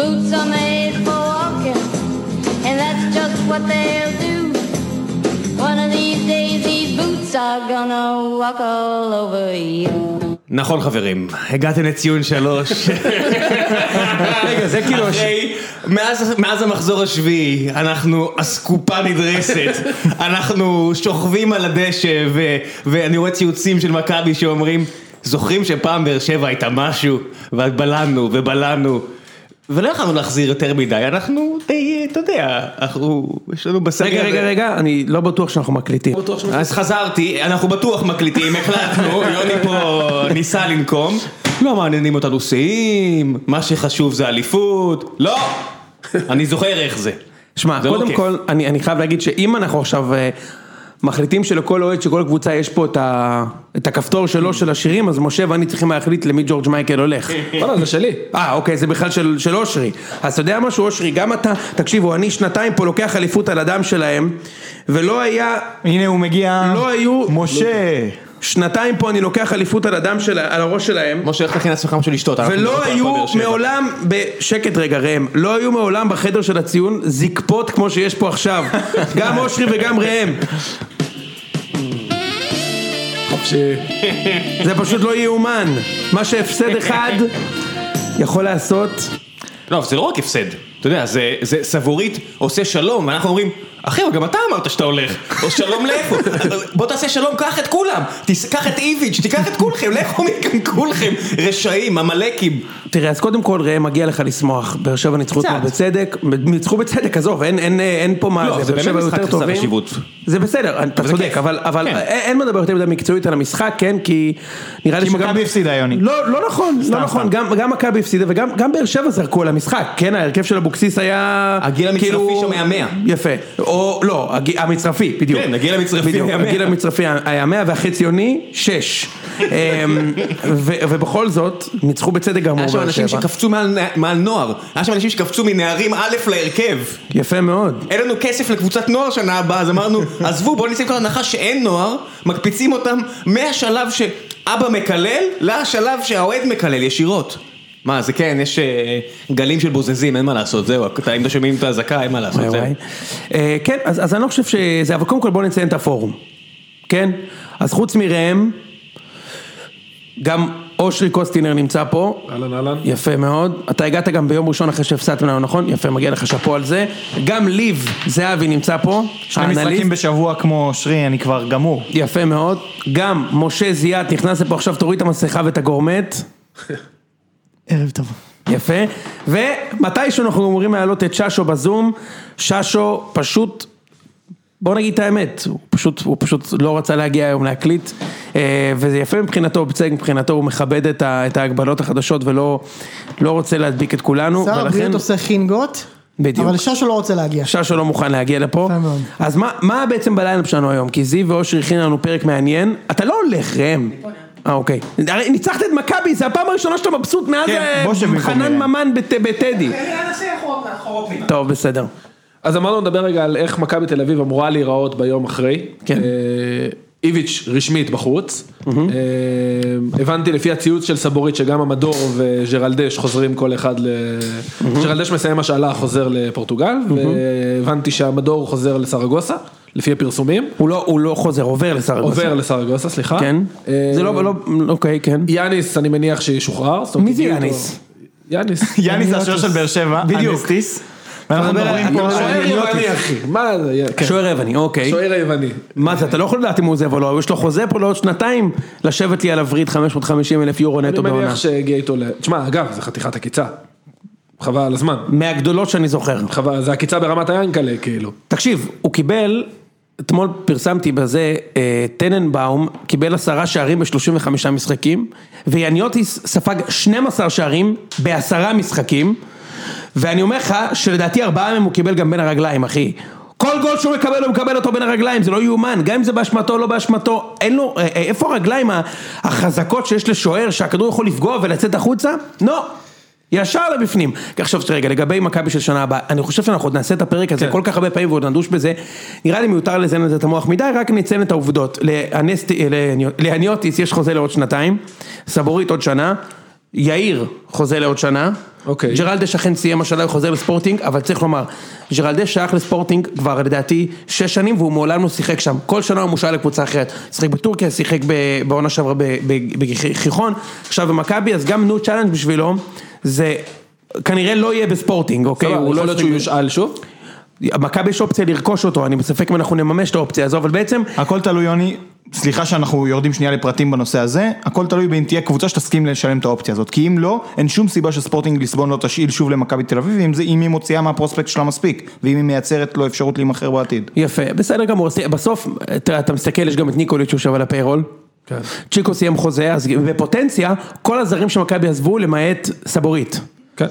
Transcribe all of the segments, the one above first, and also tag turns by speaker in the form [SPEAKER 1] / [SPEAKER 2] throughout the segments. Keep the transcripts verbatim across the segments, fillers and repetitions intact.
[SPEAKER 1] boots are made for walking, and that's just what they'll do. One of these days these boots are gonna walk all over you.
[SPEAKER 2] נכון חברים, הגעתם לציון שלוש.
[SPEAKER 3] רגע, זה כאילו...
[SPEAKER 2] אחרי, מאז, מאז המחזור השביעי, אנחנו אסקופה נדרסת, אנחנו שוכבים על הדשא, ו, ואני רואה ציוצים של מכבי שאומרים, זוכרים שפעם באר שבע הייתה משהו, ובלענו ובלענו, ולא יכולנו להחזיר יותר מדי, אנחנו די, אתה יודע, אנחנו, יש לנו בסגר...
[SPEAKER 3] רגע, רגע, רגע, אני לא בטוח שאנחנו מקליטים.
[SPEAKER 2] אז חזרתי, אנחנו בטוח מקליטים, הקלטנו, יוני פה ניסה לנקום, לא מעניינים אותנו שיאים, מה שחשוב זה אליפות, לא, אני זוכר איך זה.
[SPEAKER 3] שמע, קודם כל, אני, אני חייב להגיד שאם אנחנו עכשיו מחליטים שלכל אוהד, שכל קבוצה יש פה את, ה, את הכפתור שלו של השירים, אז משה ואני צריכים להחליט למי ג'ורג' מייקל הולך.
[SPEAKER 4] לא, זה שלי.
[SPEAKER 3] אה, אוקיי, זה בכלל של, של אושרי. אז אתה יודע משהו, אושרי, גם אתה, תקשיבו, אני שנתיים פה לוקח אליפות על הדם שלהם, ולא היה...
[SPEAKER 5] הנה הוא מגיע...
[SPEAKER 3] לא היו...
[SPEAKER 5] משה...
[SPEAKER 3] שנתיים פה אני לוקח אליפות על הדם של, על הראש שלהם.
[SPEAKER 2] משה, איך תכין עצמך משהו לשתות?
[SPEAKER 3] ולא היו מעולם, בשקט רגע ראם, לא היו מעולם בחדר של הציון זקפות כמו שיש פה עכשיו. גם אושרי וגם ראם. זה פשוט לא יאומן. מה שהפסד אחד יכול לעשות.
[SPEAKER 2] לא, זה לא רק הפסד. אתה יודע, זה, זה סבורית עושה שלום, ואנחנו אומרים, אחי, גם אתה אמרת שאתה הולך, או שלום לאיפה, בוא תעשה שלום, קח את כולם, קח את איביץ', תיקח את כולכם, לכו מכאן כולכם, רשעים, המלאקים.
[SPEAKER 3] תראה, אז קודם כל, ראה, מגיע לך לשמוח, באר שבע ניצחו אותם בצדק, ניצחו בצדק, עזוב, אין, אין, אין פה מה,
[SPEAKER 2] לא, זה באמת משחק חסר חשיבות.
[SPEAKER 3] זה בסדר, אתה צודק, אבל, אבל אין מה לדבר יותר מדי מקצועית על המשחק, כן, כי נראה לי
[SPEAKER 5] שגם... כי מכבי הפסידה, יוני.
[SPEAKER 3] לא, לא נכון, לא נכון, גם מכבי הפסידה, וגם באר שבע זרקו על המשחק, כן, ההרכב של אבוקסיס היה...
[SPEAKER 2] הגיל המצרפי שם היה מאה.
[SPEAKER 3] יפה, או לא, המצרפי, בדיוק.
[SPEAKER 2] כן, הגיל המצרפי היה מאה.
[SPEAKER 3] הגיל המצרפי היה מאה והחציוני, שש. ובכל זאת, ניצחו בצדק גמור.
[SPEAKER 2] היה שם אנשים שקפצו מעל נוער, היה שם אנשים שקפצו מנערים א' להרכב.
[SPEAKER 3] יפה מאוד.
[SPEAKER 2] אין לנו כסף לקבוצת נוער שנה הבאה, אז אמרנו, עזבו, בואו ניסים כל הנחה שאין נוער, מקפיצים אותם מהשלב שאבא מקלל, לשלב שהאוהד מקלל ישירות. מה, זה כן, יש גלים של בוזזים, אין מה לעשות, זהו, אם אתה שומעים את ההזקה, אין מה לעשות, זהו.
[SPEAKER 3] כן, אז אני לא חושב שזה, אבל קודם כל בואו נציין את הפורום, כן? אז חוץ מראם, גם אושרי קוסטינר נמצא פה.
[SPEAKER 4] אהלן, אהלן.
[SPEAKER 3] יפה מאוד. אתה הגעת גם ביום ראשון אחרי שהפסדתם לנו, נכון? יפה, מגיע לך שפו על זה. גם ליב זהבי נמצא פה.
[SPEAKER 5] שני משחקים בשבוע כמו אושרי, אני כבר גמור.
[SPEAKER 3] יפה מאוד. גם משה זיאת נכנס לפה עכשיו, תוריד את המסכה ואת הגורמט.
[SPEAKER 5] ערב טוב.
[SPEAKER 3] יפה. ומתישהו אנחנו אמורים להעלות את ששו בזום. ששו פשוט... בוא נגיד את האמת, הוא פשוט, הוא פשוט לא רצה להגיע היום להקליט, וזה יפה מבחינתו, בצדק מבחינתו, הוא מכבד את, ה, את ההגבלות החדשות, ולא לא רוצה להדביק את כולנו.
[SPEAKER 6] שר הבריאות עושה חינגות,
[SPEAKER 3] בדיוק.
[SPEAKER 6] אבל ששו לא רוצה להגיע.
[SPEAKER 3] ששו לא מוכן להגיע לפה. אז מה, מה בעצם בליינאפ שלנו היום? כי זיו ואושרי הכין לנו פרק מעניין, אתה לא הולך ראם. אה אוקיי, הרי ניצחת את מכבי, זה הפעם הראשונה שאתה מבסוט מאז חנן ממן בטדי. טוב, בסדר.
[SPEAKER 4] אז אמרנו נדבר רגע על איך מכבי תל אביב אמורה להיראות ביום אחרי.
[SPEAKER 3] כן.
[SPEAKER 4] איביץ' רשמית בחוץ. הבנתי לפי הציוץ של סבורית שגם המדור וג'רלדש חוזרים כל אחד ל... ג'רלדש מסיים השאלה חוזר לפורטוגל, והבנתי שהמדור חוזר לסרגוסה, לפי הפרסומים.
[SPEAKER 3] הוא לא, הוא לא חוזר, עובר לסרגוסה.
[SPEAKER 4] עובר לסרגוסה, סליחה.
[SPEAKER 3] כן. זה לא, לא, אוקיי, כן.
[SPEAKER 4] יאניס, אני מניח שישוחרר.
[SPEAKER 3] מי זה יאניס?
[SPEAKER 4] יאניס.
[SPEAKER 5] יאניס זה השוער של באר שבע.
[SPEAKER 3] בדיוק.
[SPEAKER 5] ואנחנו מדברים פה...
[SPEAKER 4] שוער יווני אחי, מה זה?
[SPEAKER 3] שוער יווני, אוקיי.
[SPEAKER 4] שוער יווני.
[SPEAKER 3] מה זה, אתה לא יכול לדעת אם הוא עוזב או לא, יש לו חוזה פה לעוד שנתיים, לשבת לי על הברית חמש מאות וחמישים אלף יורו נטו בעונה.
[SPEAKER 4] אני מניח שהגיע איתו ל... תשמע, אגב, זה חתיכת הקיצה. חבל על הזמן.
[SPEAKER 3] מהגדולות שאני זוכר.
[SPEAKER 4] חבל, זה הקיצה ברמת היאנקלה, כאילו.
[SPEAKER 3] תקשיב, הוא קיבל, אתמול פרסמתי בזה, טננבאום קיבל עשרה שערים ב-שלושים וחמישה משחקים, ויאניוטיס ספג שנים עשר שערים בעשרה משחקים, ואני אומר לך שלדעתי ארבעה מהם הוא קיבל גם בין הרגליים, אחי. כל גול שהוא מקבל הוא מקבל אותו בין הרגליים, זה לא יאומן, גם אם זה באשמתו או לא באשמתו, אין לו, איפה הרגליים החזקות שיש לשוער שהכדור יכול לפגוע ולצאת החוצה? לא, ישר לבפנים. עכשיו רגע, לגבי מכבי של שנה הבאה, אני חושב שאנחנו עוד נעשה את הפרק הזה כל כך הרבה פעמים ועוד נדוש בזה, נראה לי מיותר לזיין את זה את המוח מדי, רק נציין את העובדות. לאניוטיס יש חוזה לעוד שנתיים, סבורית עוד שנה, יאיר חוזה לעוד שנה,
[SPEAKER 4] אוקיי.
[SPEAKER 3] ג'רלדש אכן סיים השנה, הוא חוזר לספורטינג, אבל צריך לומר, ג'רלדש שייך לספורטינג כבר לדעתי שש שנים, והוא מעולם לא שיחק שם. כל שנה הוא מושל לקבוצה אחרת. שיחק בטורקיה, שיחק בעונה שעברה בגיחון, עכשיו במכבי, אז גם נו צ'אלנג' בשבילו, זה כנראה לא יהיה בספורטינג, אוקיי?
[SPEAKER 4] יכול להיות שהוא יושאל שוב?
[SPEAKER 3] מכבי יש אופציה לרכוש אותו, אני בספק אם אנחנו נממש את האופציה הזו, אבל בעצם...
[SPEAKER 5] הכל תלוי יוני, סליחה שאנחנו יורדים שנייה לפרטים בנושא הזה, הכל תלוי באם תהיה קבוצה שתסכים לשלם את האופציה הזאת, כי אם לא, אין שום סיבה שספורטינג ליסבון לא תשאיל שוב למכבי תל אביב, אם, זה, אם היא מוציאה מהפרוספקט שלה מספיק, ואם היא מייצרת לו אפשרות להימחר בעתיד.
[SPEAKER 3] יפה, בסדר גמור, בסוף, אתה, אתה מסתכל, יש גם את ניקוליץ' שהוא שווה לפיירול, כן. צ'יקו סיים חוזה, אז בפוטנציה, כל הזרים שמכבי עזבו למעט סבורית.
[SPEAKER 4] כן.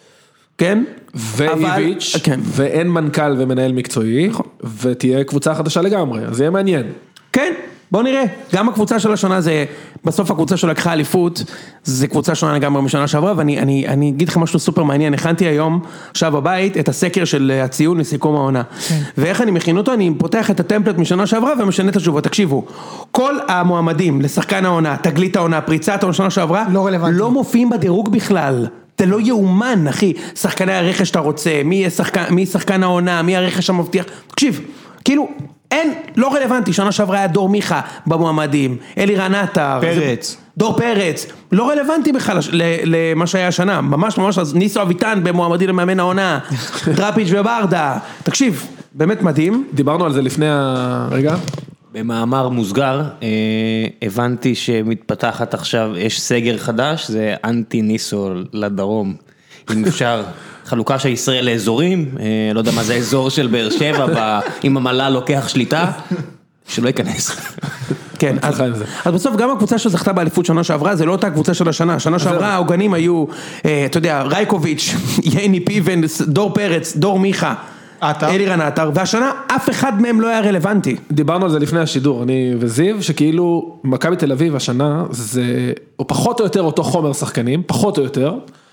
[SPEAKER 3] כן?
[SPEAKER 4] ואיביץ',
[SPEAKER 3] כן.
[SPEAKER 4] ואין מנכ"ל ומנהל מקצועי, ותהיה קבוצה חדשה לגמרי, אז יהיה מעניין.
[SPEAKER 3] כן, בוא נראה, גם הקבוצה של השנה זה, בסוף הקבוצה שלקחה אליפות, זה קבוצה שונה לגמרי משנה שעברה, ואני אני, אני אגיד לך משהו סופר מעניין, הכנתי היום, עכשיו בבית, את הסקר של הציון לסיכום העונה, כן. ואיך אני מכין אותו, אני פותח את הטמפלט משנה שעברה, ומשנה את התשובות, תקשיבו, כל המועמדים לשחקן העונה, תגלית העונה, פריצת העונה שנה שעברה,
[SPEAKER 6] לא,
[SPEAKER 3] לא מופיעים בדירוג בכלל. זה לא יאומן, אחי, שחקני הרכש שאתה רוצה, מי יהיה שחקן, מי שחקן העונה, מי הרכש המבטיח, תקשיב, כאילו, אין, לא רלוונטי, שנה שעברה היה דור מיכה במועמדים, אלירן עטר,
[SPEAKER 5] פרץ,
[SPEAKER 3] דור פרץ, לא רלוונטי בכלל למה שהיה השנה, ממש ממש, אז ניסו אביטן במועמדי למאמן העונה, דראפיץ' וברדה, תקשיב, באמת מדהים.
[SPEAKER 4] דיברנו על זה לפני הרגע.
[SPEAKER 2] במאמר מוסגר, אה, הבנתי שמתפתחת עכשיו, יש סגר חדש, זה אנטי ניסו לדרום, אם אפשר, חלוקה של ישראל לאזורים, אה, לא יודע מה זה אזור של באר שבע, אם המל"ל לוקח שליטה, שלא ייכנס.
[SPEAKER 3] כן, אז, אז בסוף גם הקבוצה שזכתה באליפות שנה שעברה, זה לא אותה קבוצה של השנה, שנה שעברה העוגנים היו, אה, אתה יודע, רייקוביץ', ייני פיבן, דור פרץ, דור מיכה, אלירן עטר, והשנה אף אחד מהם לא היה רלוונטי.
[SPEAKER 4] דיברנו על זה לפני השידור, אני וזיו, שכאילו מכבי תל אביב השנה, זה או פחות או יותר אותו חומר שחקנים, פחות או יותר,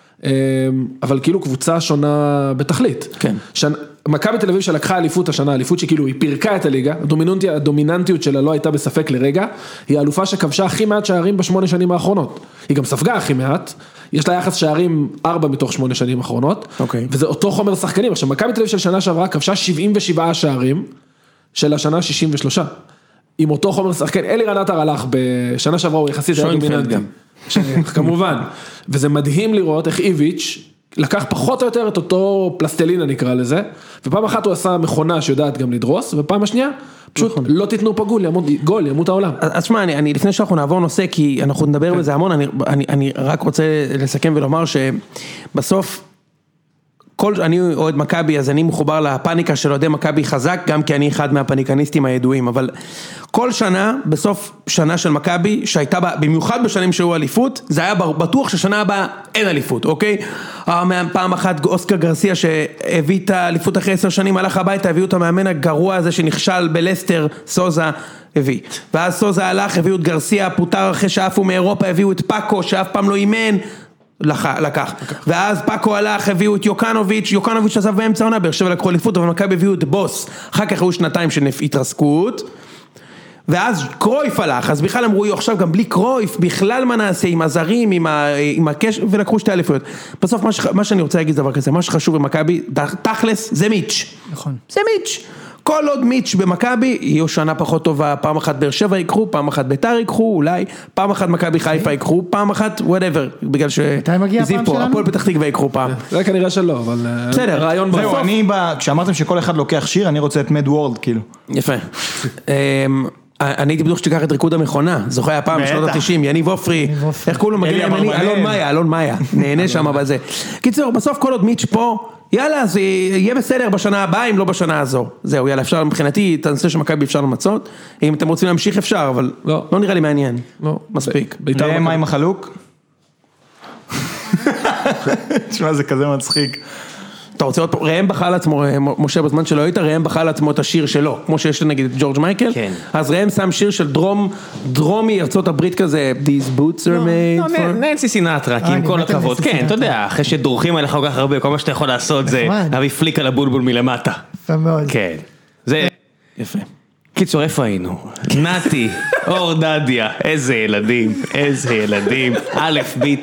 [SPEAKER 4] אבל כאילו קבוצה שונה בתכלית.
[SPEAKER 3] כן.
[SPEAKER 4] מכבי תל אביב שלקחה אליפות השנה, אליפות שכאילו היא פירקה את הליגה, הדומיננטיות שלה לא הייתה בספק לרגע, היא האלופה שכבשה הכי מעט שערים בשמונה שנים האחרונות. היא גם ספגה הכי מעט, יש לה יחס שערים ארבע מתוך שמונה שנים האחרונות,
[SPEAKER 3] אוקיי.
[SPEAKER 4] וזה אותו חומר שחקנים. עכשיו, מכבי תל אביב של שנה שעברה כבשה שבעים ושבעה שערים, של השנה שישים ושלוש. עם אותו חומר שחקן, אלירן עטר הלך בשנה שעברה, הוא יחסית היה דומיננטי. כמובן. וזה מדהים לראות איך איביץ' לקח פחות או יותר את אותו פלסטלינה נקרא לזה, ופעם אחת הוא עשה מכונה שיודעת גם לדרוס, ופעם השנייה, פשוט לא תיתנו פה גול, ימות, גול, ימות העולם.
[SPEAKER 3] אז שמע, אני, אני לפני שאנחנו נעבור נושא, כי אנחנו נדבר בזה המון, אני, אני, אני רק רוצה לסכם ולומר שבסוף, כל, אני אוהד מכבי, אז אני מחובר לפאניקה של אוהדי מכבי חזק, גם כי אני אחד מהפניקניסטים הידועים, אבל כל שנה, בסוף שנה של מכבי, שהייתה בה, במיוחד בשנים שהוא אליפות, זה היה בטוח ששנה הבאה אין אליפות, אוקיי? פעם אחת אוסקר גרסיה שהביא את האליפות אחרי עשר שנים, הלך הביתה, הביאו את המאמן הגרוע הזה שנכשל בלסטר, סוזה, הביא. ואז סוזה הלך, הביאו את גרסיה, פוטר אחרי שעפו מאירופה, הביאו את פאקו, שאף פעם לא אימן, לקח. ואז פאקו הלך, הביאו את יוקנוביץ', יוקנוביץ' עזב באמצע עונה, באר שבע לקחו אליפות, אבל מכבי הביאו את בוס. אחר כך היו שנתיים של התרסקות, ואז קרויף הלך, אז בכלל אמרו, עכשיו גם בלי קרויף, בכלל מה נעשה עם הזרים, עם, ה, עם הקש, ולקחו שתי אליפויות. בסוף מה, ש, מה שאני רוצה להגיד דבר כזה, מה שחשוב במכבי, תכלס, זה מיץ'.
[SPEAKER 6] נכון.
[SPEAKER 3] זה מיץ'. כל עוד מיץ' במכבי, יהיו שנה פחות טובה, פעם אחת באר שבע יקחו, פעם אחת ביתר יקחו, אולי, פעם אחת מכבי חיפה יקחו, פעם אחת, whatever, בגלל ש...
[SPEAKER 6] מתי מגיע הפעם שלנו?
[SPEAKER 3] הפועל פתח תקווה יקחו פעם.
[SPEAKER 4] זה כנראה שלא, אבל...
[SPEAKER 3] בסדר.
[SPEAKER 4] רעיון בסוף.
[SPEAKER 5] זהו, אני, כשאמרתם שכל אחד לוקח שיר, אני רוצה את מד וורלד, כאילו.
[SPEAKER 3] יפה. אני הייתי בטוח שתיקח את ריקוד המכונה, זוכר הפעם בשנות ה-תשעים, יניב עופרי, איך קוראים לו, אלון מאיה, אלון מאיה, נהנה שם בזה. קיצור, בסוף כל עוד מיץ' פה, יאללה, זה יהיה בסדר בשנה הבאה, אם לא בשנה הזו. זהו, יאללה, אפשר מבחינתי, את הנושא שמכבי אפשר למצות, אם אתם רוצים להמשיך אפשר, אבל לא נראה לי מעניין, מספיק.
[SPEAKER 5] נראה מה עם החלוק? תשמע, זה כזה מצחיק.
[SPEAKER 3] אתה רוצה עוד פה, ראם בחר לעצמו, משה בזמן שלא היית, ראם בחר לעצמו את השיר שלו, כמו שיש נגיד ג'ורג' מייקל, אז ראם שם שיר של דרום, דרומי ארצות הברית כזה, These boots are made for...
[SPEAKER 2] ננסי סינטרה, כי עם כל הכבוד, כן, אתה יודע, אחרי שדורכים עליך כל כך הרבה, כל מה שאתה יכול לעשות זה להביא פליק על הבולבול מלמטה.
[SPEAKER 6] יפה מאוד.
[SPEAKER 2] כן, זה...
[SPEAKER 3] יפה.
[SPEAKER 2] קיצור, איפה היינו? נתי, אור דדיה, איזה ילדים, איזה ילדים, א' ביטון.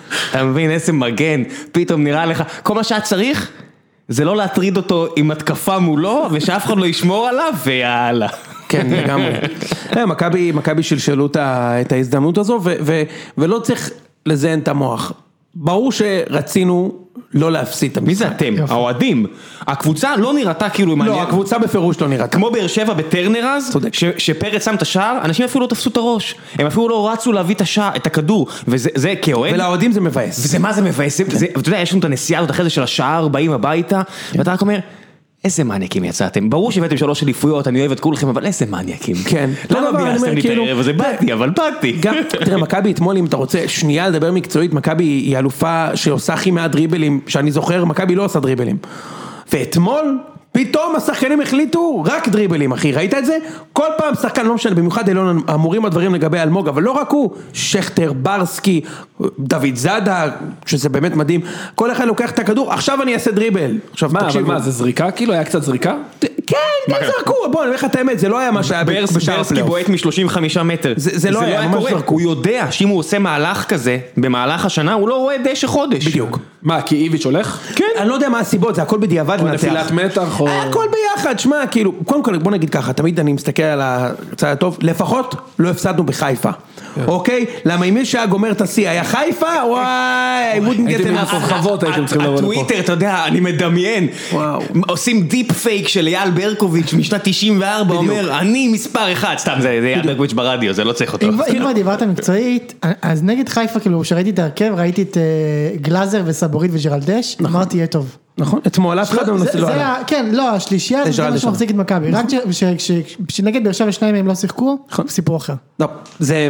[SPEAKER 2] אתה מבין איזה מגן, פתאום נראה לך, כל מה שאת צריך, זה לא להטריד אותו עם התקפה מולו, ושאף אחד לא ישמור עליו, ויאללה.
[SPEAKER 3] כן, לגמרי. מכבי, מכבי שלשלו את ההזדמנות הזו, ולא צריך לזיין את המוח. ברור שרצינו לא להפסיד את המשחק.
[SPEAKER 2] מי זה אתם? האוהדים. הקבוצה לא נראתה כאילו...
[SPEAKER 3] לא, הקבוצה בפירוש לא נראתה.
[SPEAKER 2] כמו באר שבע בטרנר אז, שפרץ שם את השער, אנשים אפילו לא תפסו את הראש. הם אפילו לא רצו להביא את השער, את הכדור. וזה כאוהד.
[SPEAKER 3] ולאוהדים זה מבאס.
[SPEAKER 2] וזה מה זה מבאס? ואתה יודע, יש לנו את הנסיעה הזאת אחרי זה של השער, באים הביתה, ואתה רק אומר... איזה מניאקים יצאתם, ברור שהבאתם שלוש אליפויות, אני אוהב את כולכם, אבל איזה מניאקים.
[SPEAKER 3] כן.
[SPEAKER 2] למה ביאסתם לי את הערב הזה? באתי, אבל באתי.
[SPEAKER 3] גם, תראה, מכבי אתמול, אם אתה רוצה שנייה לדבר מקצועית, מכבי היא אלופה שעושה הכי מעט דריבלים, שאני זוכר, מכבי לא עושה דריבלים. ואתמול, פתאום השחקנים החליטו רק דריבלים, אחי, ראית את זה? כל פעם שחקן, לא משנה, במיוחד אילון אמורים הדברים לגבי אלמוג, אבל לא רק הוא, שכטר, ברסקי, דוד זאדה, שזה באמת מדהים, כל אחד לוקח את הכדור, עכשיו אני אעשה דריבל. עכשיו,
[SPEAKER 4] מה, אבל מה, זה זריקה כאילו? היה קצת זריקה?
[SPEAKER 3] כן, כן, זרקו, בוא, אני אומר לך את האמת, זה לא היה מה שהיה בשער הפלייאוף.
[SPEAKER 2] ברסקי בועט מ-שלושים וחמישה מטר.
[SPEAKER 3] זה לא היה, ממש זרקו.
[SPEAKER 2] הוא יודע שאם הוא עושה מהלך כזה, במהלך השנה, הוא לא רואה דשא חודש.
[SPEAKER 3] בדיוק.
[SPEAKER 4] מה, כי איביץ' הולך?
[SPEAKER 3] כן. אני לא יודע מה הסיבות, זה הכל בדיעבד לנצח.
[SPEAKER 4] נפילת מתח או...
[SPEAKER 3] הכל ביחד, שמע, כאילו, קודם כל, בוא נגיד ככה, תמיד אני מסתכל על הצד הטוב, לפחות לא הפסדנו בחיפה. אוקיי? למה אם מי שהיה גומר את השיא, היה חיפה? וואי, wouldn't get enough.
[SPEAKER 4] הרחבות הייתם צריכים לבוא לפה.
[SPEAKER 2] הטוויטר, אתה יודע, אני מדמיין. עושים דיפ פייק של אייל ברקוביץ' משנת תשעים וארבע, אומר, אני מספר אחד, סתם, זה אייל ברקוביץ' ברדיו, זה לא צריך אותו.
[SPEAKER 6] אם כבר דיברת מקצועית, אז נגד חיפה, כאילו, כשראיתי את ההרכב, ראיתי את גלאזר וסבורית וג'רלדש, אמרתי, יהיה טוב.
[SPEAKER 3] נכון, אתמול אף אחד לא מנסה לא עלה.
[SPEAKER 6] כן, לא, השלישייה זה מה שמחזיק את מכבי, רק שנגד באר שבע ושניים מהם לא שיחקו, סיפור אחר.
[SPEAKER 3] לא, זה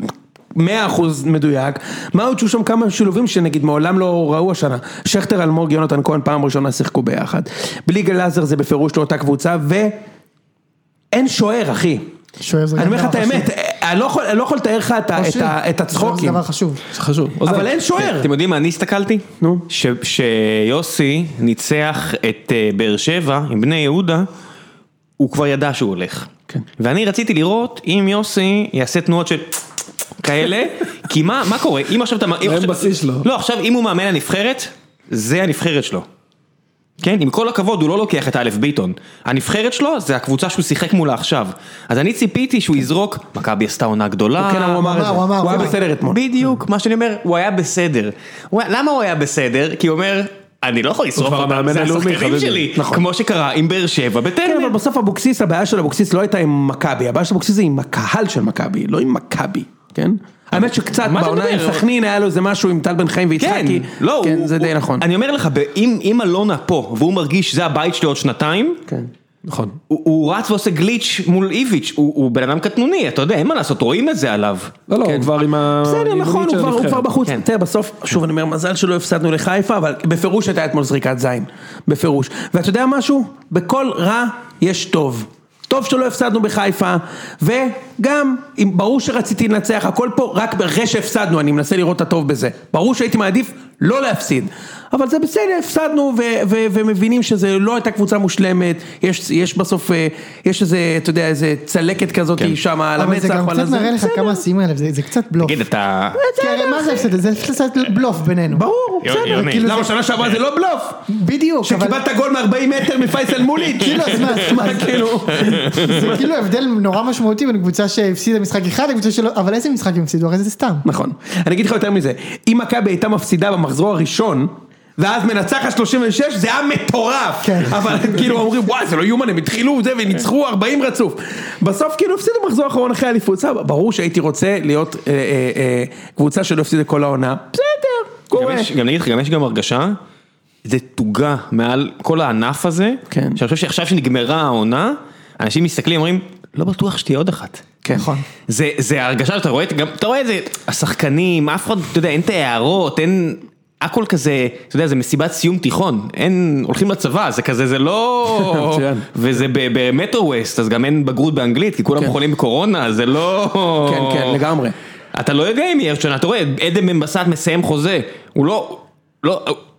[SPEAKER 3] מאה אחוז מדויק, מה עוד שהוא שם כמה שילובים שנגיד מעולם לא ראו השנה, שכטר אלמוג יונתן כהן פעם ראשונה שיחקו ביחד, בלי גלאזר זה בפירוש לא אותה קבוצה, ואין שוער אחי, אני אומר לך את האמת, אני לא יכול לתאר לך את הצחוקים.
[SPEAKER 6] זה דבר חשוב.
[SPEAKER 4] זה חשוב.
[SPEAKER 3] אבל אין שוער.
[SPEAKER 2] אתם יודעים מה אני הסתכלתי?
[SPEAKER 3] נו.
[SPEAKER 2] שיוסי ניצח את באר שבע עם בני יהודה, הוא כבר ידע שהוא הולך. ואני רציתי לראות אם יוסי יעשה תנועות של כאלה, כי מה קורה? אם עכשיו אתה...
[SPEAKER 4] אין בסיס שלו.
[SPEAKER 2] לא, עכשיו אם הוא מאמן הנבחרת, זה הנבחרת שלו. כן, עם כל הכבוד הוא לא לוקח את אלף ביטון. הנבחרת שלו זה הקבוצה שהוא שיחק מולה עכשיו. אז אני ציפיתי שהוא יזרוק, מכבי עשתה עונה גדולה.
[SPEAKER 3] כן, הוא אמר את זה. הוא היה בסדר אתמול.
[SPEAKER 2] בדיוק, מה שאני אומר, הוא היה בסדר. למה הוא היה בסדר? כי הוא אומר, אני לא יכול לשרוף אותם, זה השחקנים שלי. כמו שקרה עם באר שבע בטרנר.
[SPEAKER 3] כן, אבל בסוף אבוקסיס, הבעיה של אבוקסיס לא הייתה עם מכבי, הבעיה של אבוקסיס זה עם הקהל של מכבי, לא עם מכבי, כן? האמת שקצת בעונה עם סכנין היה לו איזה משהו עם טל בן חיים ויצחקי, כן, זה די נכון.
[SPEAKER 2] אני אומר לך, אם אלונה פה, והוא מרגיש שזה הבית שלי עוד שנתיים,
[SPEAKER 4] נכון.
[SPEAKER 2] הוא רץ ועושה גליץ' מול איביץ', הוא בן אדם קטנוני, אתה יודע, אין מה לעשות, רואים את זה עליו.
[SPEAKER 4] לא, לא, הוא כבר עם ה...
[SPEAKER 3] בסדר, נכון, הוא כבר בחוץ. תראה, בסוף, שוב אני אומר, מזל שלא הפסדנו לחיפה, אבל בפירוש הייתה אתמול זריקת זין, בפירוש. ואתה יודע משהו? בכל רע יש טוב. טוב שלא הפסדנו בחיפה, וגם, ברור שרציתי לנצח, הכל פה רק אחרי שהפסדנו, אני מנסה לראות את הטוב בזה. ברור שהייתי מעדיף לא להפסיד, אבל זה בסדר, הפסדנו ו- ו- ומבינים שזה לא הייתה קבוצה מושלמת, יש, יש בסוף, יש איזה, אתה יודע, איזה צלקת כזאת כן. שם על המצח.
[SPEAKER 6] אבל זה גם קצת מראה לך כמה השיאים האלה, זה, זה קצת בלוף.
[SPEAKER 2] תגיד, אתה...
[SPEAKER 6] כי הרי מה זה הפסד? זה קצת בלוף בינינו.
[SPEAKER 3] ברור, בסדר. למה שנה שעברה זה לא בלוף?
[SPEAKER 6] בדיוק.
[SPEAKER 3] שקיבלת גול מ-ארבעים מטר מפייסל מוליץ'.
[SPEAKER 6] כאילו, אז מה, כאילו... זה כאילו הבדל נורא משמעותי בין קבוצה שהפסידה משחק אחד, לקבוצה שלא, אבל איזה משחק הם הפסידו? הרי זה סתם.
[SPEAKER 3] נכון. אני אגיד לך יותר מזה. אם מכבי הייתה מפסידה במחזור הראשון, ואז מנצחת שלושים ושש, זה היה מטורף.
[SPEAKER 6] כן.
[SPEAKER 3] אבל כאילו אומרים, וואי, זה לא יומן, הם התחילו זה וניצחו ארבעים רצוף. בסוף כאילו הפסידו מחזור האחרון אחרי האליפות. ברור שהייתי רוצה להיות אה, אה, אה, קבוצה שלא הפסידה כל העונה. בסדר, קורה.
[SPEAKER 2] גם יש, גם נגיד לך, גם יש גם הרגשה, זה תוגה מעל כל הענף הזה,
[SPEAKER 3] כן.
[SPEAKER 2] שאני חושב שעכשיו שנגמרה העונה, אנשים מסתכלים, אומרים, לא בטוח שתהיה עוד אחת.
[SPEAKER 3] כן. נכון.
[SPEAKER 2] זה, זה הרגשה שאתה רואה, גם, אתה רואה את זה, השחקנים, אף אחד, אתה יודע, אין את הערות, אין, הכל כזה, אתה יודע, זה מסיבת סיום תיכון, אין, הולכים לצבא, זה כזה, זה לא, וזה במטרו ווסט, אז גם אין בגרות באנגלית, כי כולם חולים בקורונה, זה לא...
[SPEAKER 3] כן, כן, לגמרי.
[SPEAKER 2] אתה לא יודע אם יהיה שונה, אתה רואה, עדן בן בסט מסיים חוזה, הוא לא, לא,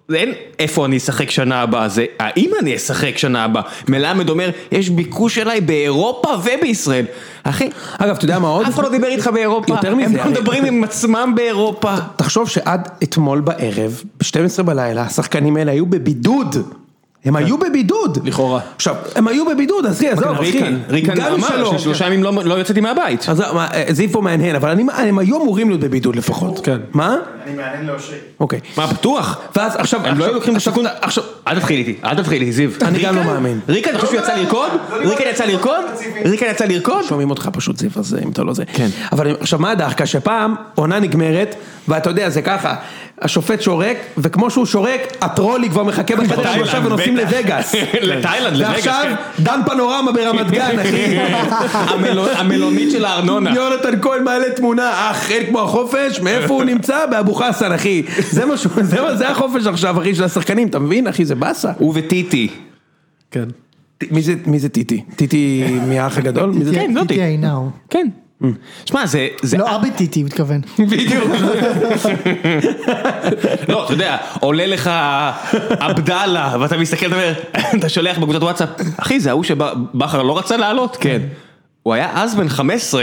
[SPEAKER 2] אין איפה אני אשחק שנה הבאה, זה האם אני אשחק שנה הבאה. מלמד אומר, יש ביקוש אליי באירופה ובישראל. אחי,
[SPEAKER 3] אגב, אתה יודע מה עוד?
[SPEAKER 2] אף אחד לא דיבר איתך באירופה,
[SPEAKER 3] יותר
[SPEAKER 2] הם
[SPEAKER 3] מזה,
[SPEAKER 2] לא
[SPEAKER 3] הרי-
[SPEAKER 2] מדברים עם עצמם באירופה.
[SPEAKER 3] תחשוב שעד אתמול בערב, ב-שתים עשרה בלילה, השחקנים האלה היו בבידוד. הם היו בבידוד.
[SPEAKER 4] לכאורה.
[SPEAKER 3] עכשיו, הם היו בבידוד, אז תראה, עזוב, אחי.
[SPEAKER 2] ריקן, ריקן
[SPEAKER 3] גם
[SPEAKER 2] אמר
[SPEAKER 3] שלא.
[SPEAKER 2] ששלושה ימים לא- לא יוצאתי מהבית.
[SPEAKER 3] אז מה, זיו פה מהנהן, אבל אני- הם היו אמורים להיות בבידוד לפחות.
[SPEAKER 4] כן.
[SPEAKER 3] מה?
[SPEAKER 5] אני מעניין לאושרי.
[SPEAKER 3] אוקיי.
[SPEAKER 2] מה, בטוח?
[SPEAKER 3] ואז עכשיו,
[SPEAKER 2] הם לא היו לוקחים
[SPEAKER 3] עכשיו-
[SPEAKER 2] בסיכון,
[SPEAKER 3] עכשיו,
[SPEAKER 2] אל תתחיל איתי, אל תתחיל איתי, זיו.
[SPEAKER 3] אני גם לא
[SPEAKER 2] ריקן?
[SPEAKER 3] מאמין.
[SPEAKER 2] ריקן, אתה חושב שהוא יצא לרקוד? ריקן יצא לרקוד? ריקן יצא לרקוד?
[SPEAKER 3] שומעים אותך פשוט זיו, אז אם אתה לא זה.
[SPEAKER 2] כן.
[SPEAKER 3] אבל עכשיו מה הדחקה? שפעם עונה נגמרת, ואתה יודע, זה ככה, השופט שורק, וכמו שהוא שורק, הטרולי כבר מחכה בחדר שלושה ונוסעים
[SPEAKER 2] בטח.
[SPEAKER 3] לווגאס.
[SPEAKER 2] לתאילנד, לווגאס,
[SPEAKER 3] ועכשיו,
[SPEAKER 2] כן.
[SPEAKER 3] דן פנורמה ברמת גן, אחי.
[SPEAKER 2] המלו- המלונית של הארנונה.
[SPEAKER 3] יונתן כהן מעלה תמונה, אח, אין כמו החופש, מאיפה הוא נמצא? באבו חסן, אחי. זה משהו, זה מה- זה החופש עכשיו, אחי, של השחקנים, אתה מבין, אחי, זה באסה.
[SPEAKER 2] הוא וטיטי.
[SPEAKER 4] כן.
[SPEAKER 3] מי זה- מי זה טיטי? טיטי מהאח הגדול? מי זה?
[SPEAKER 2] כן, זאתי.
[SPEAKER 6] טיטי עינאו.
[SPEAKER 2] כן. שמע, זה... זה-
[SPEAKER 6] לא, ארבי טיטי, הוא מתכוון.
[SPEAKER 2] בדיוק. לא, אתה יודע, עולה לך עבדאללה, ואתה מסתכל, אתה אומר, אתה שולח בקבוצת וואטסאפ, אחי, זה ההוא שבחר לא רצה לעלות? כן. הוא היה אז בן חמש עשרה,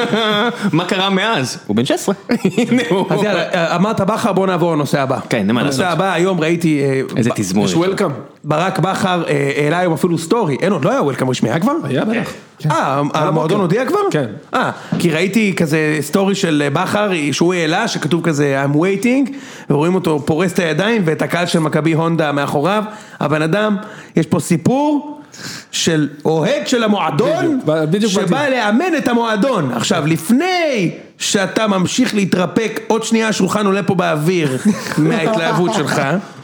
[SPEAKER 2] מה קרה מאז? הוא בן שש עשרה. הנה הוא.
[SPEAKER 3] אז יאללה, אמרת בכר, בוא נעבור לנושא הבא.
[SPEAKER 2] כן, אין מה לעשות.
[SPEAKER 3] הנושא הבא, היום ראיתי... אה,
[SPEAKER 2] איזה
[SPEAKER 3] ב-
[SPEAKER 2] תזמון.
[SPEAKER 4] יש וולקאם.
[SPEAKER 3] ברק בכר אה, העלה היום אפילו סטורי, אין עוד, לא היה וולקאם רשמי, היה כבר?
[SPEAKER 4] היה בטח.
[SPEAKER 3] אה, המועדון הודיע כבר?
[SPEAKER 4] כן.
[SPEAKER 3] אה, כי ראיתי כזה סטורי של בכר, שהוא העלה, שכתוב כזה I'm waiting, ורואים אותו פורס את הידיים, ואת הקהל של מכבי הונדה מאחוריו, הבן אדם, יש פה סיפור של אוהד של המועדון,
[SPEAKER 4] בדיוק, בדיוק
[SPEAKER 3] שבא
[SPEAKER 4] באתי.
[SPEAKER 3] לאמן את המועדון. עכשיו, לפני שאתה ממשיך להתרפק, עוד שנייה השולחן עולה פה באוויר, מההתלהבות שלך,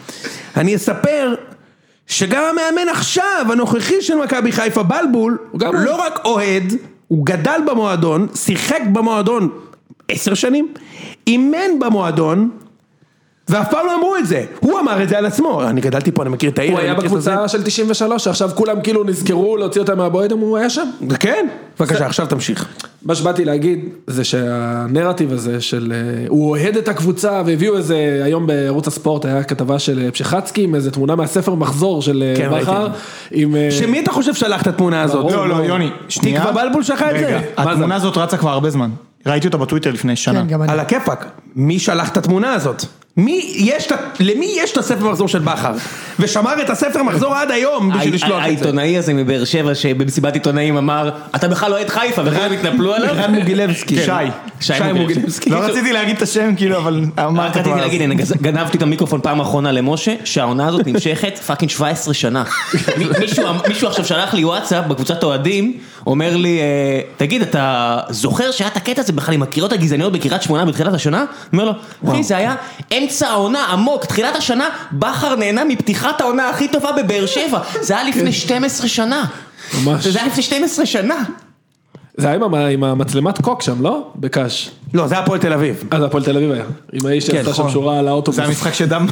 [SPEAKER 3] אני אספר שגם המאמן עכשיו, הנוכחי של מכבי חיפה בלבול, הוא גם לא רק אוהד, הוא גדל במועדון, שיחק במועדון עשר שנים, אימן במועדון, ואף פעם לא אמרו את זה, הוא אמר את זה על עצמו, אני גדלתי פה, אני מכיר את העיר,
[SPEAKER 4] הוא
[SPEAKER 3] אני
[SPEAKER 4] היה
[SPEAKER 3] מכיר את
[SPEAKER 4] בקבוצה של תשעים ושלוש, שעכשיו כולם כאילו נזכרו להוציא אותם מהבועדים, הוא היה שם.
[SPEAKER 3] זה. כן, בבקשה, עכשיו תמשיך.
[SPEAKER 4] מה שבאתי להגיד זה שהנרטיב הזה של הוא אוהד את הקבוצה והביאו איזה היום בערוץ הספורט היה כתבה של פשחצקי עם איזה תמונה מהספר מחזור של
[SPEAKER 3] כן,
[SPEAKER 4] בכר
[SPEAKER 3] ראיתי.
[SPEAKER 4] עם
[SPEAKER 3] שמי אתה חושב שלח את התמונה הזאת?
[SPEAKER 5] לא, לא, יוני, שנייה.
[SPEAKER 3] תקווה בלבול שלחה את
[SPEAKER 5] רגע,
[SPEAKER 3] זה?
[SPEAKER 5] התמונה הזאת רצה כבר הרבה זמן. ראיתי אותה בטוויטר לפני שנה.
[SPEAKER 6] כן, גם אני.
[SPEAKER 3] על הכיפק, מי שלח את התמונה הזאת? מי יש, את- למי יש את הספר מחזור של בכר? ושמר את הספר מחזור עד היום בשביל לשלוח את זה.
[SPEAKER 2] העיתונאי הזה מבאר שבע שבמסיבת עיתונאים אמר, אתה בכלל לא אוהד חיפה, וכולם התנפלו עליו.
[SPEAKER 3] רן מוגילבסקי.
[SPEAKER 5] שי.
[SPEAKER 2] שי
[SPEAKER 3] שי מוגילבסקי.
[SPEAKER 5] לא רציתי להגיד את השם כאילו, אבל אמרת
[SPEAKER 2] רק רציתי
[SPEAKER 5] כבר.
[SPEAKER 2] להגיד, הנה, גז- גנבתי את המיקרופון פעם האחרונה למשה, שהעונה הזאת נמשכת פאקינג שבע עשרה שנה. מ- מישהו- מישהו עכשיו שלח לי וואטסאפ בקבוצת אוהדים, אומר לי, אה, תגיד, אתה זוכר שהיה את הקטע הזה בכלל עם הקריאות הגזעניות בקריית שמונה בתחילת השנה? אני אומר לו, אחי, זה היה אמצע העונה עמוק, תחילת השנה, בכר נהנה מפתיחת העונה הכי טובה בבאר שבע, זה היה לפני שתים עשרה שנה.
[SPEAKER 4] ממש.
[SPEAKER 2] זה היה לפני שתים עשרה שנה.
[SPEAKER 4] זה היה עם ה- עם המצלמת קוק שם לא? בקש.
[SPEAKER 3] לא, זה הפועל תל אביב.
[SPEAKER 4] אז הפועל תל אביב היה עם האיש שעשה שם שורה על האוטובוס.
[SPEAKER 5] זה המשחק שדם.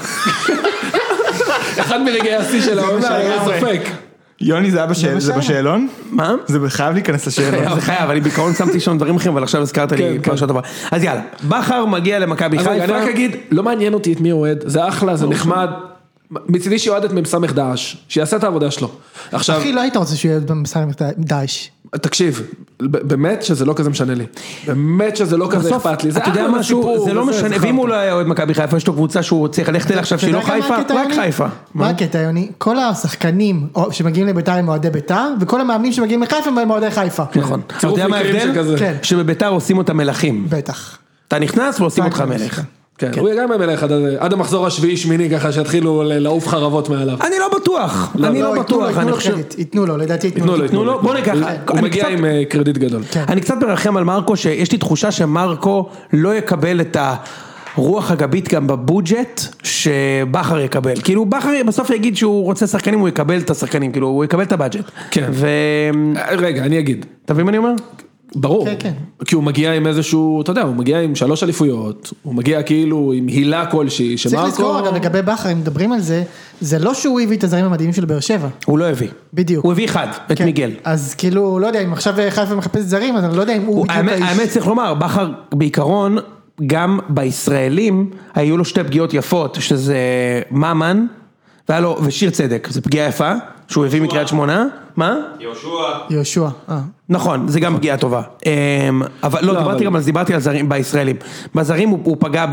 [SPEAKER 4] אחד מרגעי השיא של העונה, אין ספק.
[SPEAKER 5] יוני, זה היה בשאל- זה בשאלון?
[SPEAKER 3] מה?
[SPEAKER 5] זה חייב להיכנס לשאלון.
[SPEAKER 3] זה חייב, אני בעיקרון שמתי שם דברים אחרים, אבל עכשיו הזכרת לי
[SPEAKER 4] כן,
[SPEAKER 3] פרשה טובה. אז יאללה, בכר מגיע למכבי
[SPEAKER 4] אז רגע, אני רק
[SPEAKER 3] חיפה.
[SPEAKER 4] אגיד, לא מעניין אותי את מי הוא אוהד, זה אחלה, זה נחמד. מצידי שאוהד את מ"ס דאעש, שיעשה את העבודה שלו. עכשיו,
[SPEAKER 6] אחי, לא היית רוצה שהוא יהיה במסע עם דאעש.
[SPEAKER 4] תקשיב, ב- באמת שזה לא כזה משנה לי. באמת שזה לא כזה
[SPEAKER 3] בסוף,
[SPEAKER 4] אכפת לי. זה
[SPEAKER 3] אתה יודע
[SPEAKER 4] אחלה
[SPEAKER 3] משהו,
[SPEAKER 4] בסיפור,
[SPEAKER 3] זה לא
[SPEAKER 4] וזה,
[SPEAKER 3] משנה,
[SPEAKER 4] זה
[SPEAKER 3] ואם הוא
[SPEAKER 4] חרטא.
[SPEAKER 3] לא היה אוהד מכבי חיפה, יש לו קבוצה שהוא צריך ללכת אליה עכשיו שהיא לא
[SPEAKER 6] אתה יודע מה
[SPEAKER 3] חיפה,
[SPEAKER 6] הקטע,
[SPEAKER 3] רק
[SPEAKER 6] יוני?
[SPEAKER 3] חיפה.
[SPEAKER 6] מה הקטע, יוני? כל השחקנים או- שמגיעים לביתר הם אוהדי ביתר, וכל המאמנים שמגיעים לחיפה הם אוהדי חיפה.
[SPEAKER 3] נכון. אתה
[SPEAKER 4] צירוף
[SPEAKER 3] יודע מה
[SPEAKER 4] מקרים
[SPEAKER 3] ההבדל?
[SPEAKER 4] שכזה.
[SPEAKER 6] כן.
[SPEAKER 3] שבביתר עושים אותם מלכים.
[SPEAKER 6] בטח.
[SPEAKER 3] אתה נכנס ועושים אותך
[SPEAKER 6] נכנס,
[SPEAKER 3] מלך.
[SPEAKER 4] כן, הוא יהיה גם מלך עד- עד המחזור השביעי שמיני ככה שיתחילו ל- לעוף חרבות מעליו.
[SPEAKER 3] אני לא בטוח, אני לא
[SPEAKER 6] ייתנו לו,
[SPEAKER 3] בטוח,
[SPEAKER 6] ייתנו
[SPEAKER 3] אני
[SPEAKER 6] לו
[SPEAKER 3] חושב...
[SPEAKER 6] קרדיט, ייתנו לו, לדעתי ייתנו
[SPEAKER 4] ייתנו לו,
[SPEAKER 6] לו.
[SPEAKER 3] תנו לו, בוא ניקח,
[SPEAKER 4] הוא
[SPEAKER 3] אני
[SPEAKER 4] מגיע
[SPEAKER 3] קצת-
[SPEAKER 4] עם אה, קרדיט גדול.
[SPEAKER 6] כן.
[SPEAKER 3] אני קצת מרחם על מרקו, שיש לי תחושה שמרקו לא יקבל את הרוח הגבית גם בבודג'ט שבכר יקבל. כאילו בכר בסוף יגיד שהוא רוצה שחקנים, הוא יקבל את השחקנים, כאילו הוא יקבל את הבאג'ט.
[SPEAKER 4] כן.
[SPEAKER 3] ו...
[SPEAKER 4] אה, רגע, אני אגיד.
[SPEAKER 3] אתה מבין מה אני אומר?
[SPEAKER 4] ברור,
[SPEAKER 6] כן, כן.
[SPEAKER 4] כי הוא מגיע עם איזשהו, אתה יודע, הוא מגיע עם שלוש אליפויות, הוא מגיע כאילו עם הילה כלשהי,
[SPEAKER 6] צריך
[SPEAKER 4] שמרקו...
[SPEAKER 6] לזכור אגב לגבי בכר, אם מדברים על זה, זה לא שהוא הביא את הזרים המדהימים של באר שבע.
[SPEAKER 3] הוא לא הביא.
[SPEAKER 6] בדיוק.
[SPEAKER 3] הוא הביא אחד, את
[SPEAKER 6] כן.
[SPEAKER 3] מיגל.
[SPEAKER 6] אז כאילו, לא יודע, אם עכשיו חיפה מחפש זרים, אז אני לא יודע אם הוא
[SPEAKER 3] הוא-
[SPEAKER 6] בדיוק
[SPEAKER 3] האמת-
[SPEAKER 6] האיש.
[SPEAKER 3] האמת צריך לומר, בכר בעיקרון גם בישראלים היו לו שתי פגיעות יפות, שזה מאמן, והיה לו, ושיר צדק, זו פגיעה יפה, שהוא הביא מקריית שמונה, מה?
[SPEAKER 2] יהושע.
[SPEAKER 6] יהושע, אה.
[SPEAKER 3] נכון, זה גם פגיעה טובה, אבל לא, דיברתי גם, אז דיברתי על זרים בישראלים, בזרים הוא פגע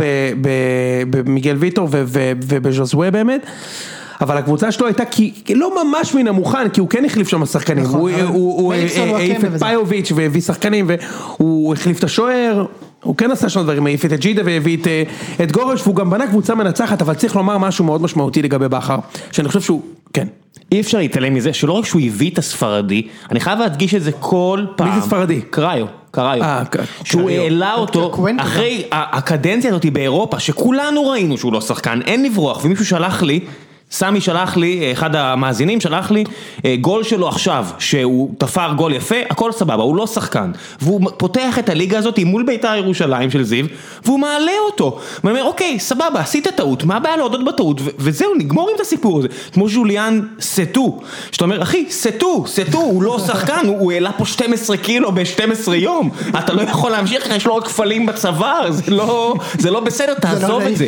[SPEAKER 3] במיגל ויטור ובז'וזווה באמת, אבל הקבוצה שלו הייתה לא ממש מן המוכן, כי הוא כן החליף שם שחקנים, הוא העיף את פיוביץ' והביא שחקנים, והוא החליף את השוער, הוא כן עשה שם דברים, העיף את ג'ידה והביא את גורש, והוא גם בנה קבוצה מנצחת, אבל צריך לומר משהו מאוד משמעותי לגבי בכר, שאני חושב שהוא, כן.
[SPEAKER 2] אי אפשר להתעלם מזה, שלא רק שהוא הביא את הספרדי, אני חייב להדגיש את זה כל פעם.
[SPEAKER 3] מי זה ספרדי?
[SPEAKER 2] קראיו, קראיו. שהוא העלה אותו, אחרי הקדנציה הזאת באירופה, שכולנו ראינו שהוא לא שחקן, אין לברוח, ומישהו שלח לי, סמי שלח לי, אחד המאזינים שלח לי, גול שלו עכשיו, שהוא תפר גול יפה, הכל סבבה, הוא לא שחקן, והוא פותח את הליגה הזאת מול בית"ר ירושלים של זיו, והוא מעלה אותו, ואומר, אוקיי, סבבה, עשית טעות, מה הבעיה להודות בטעות, וזהו, נגמור עם את הסיפור הזה, כמו ז'וליאן סטו, שאתה אומר, אחי, סטו, סטו, הוא לא שחקן, הוא העלה פה שתים עשרה קילו ב-שנים עשר יום, אתה לא יכול להמשיך, יש לו עוד כפלים בצוואר, זה לא, זה לא בסדר, תעזוב את זה,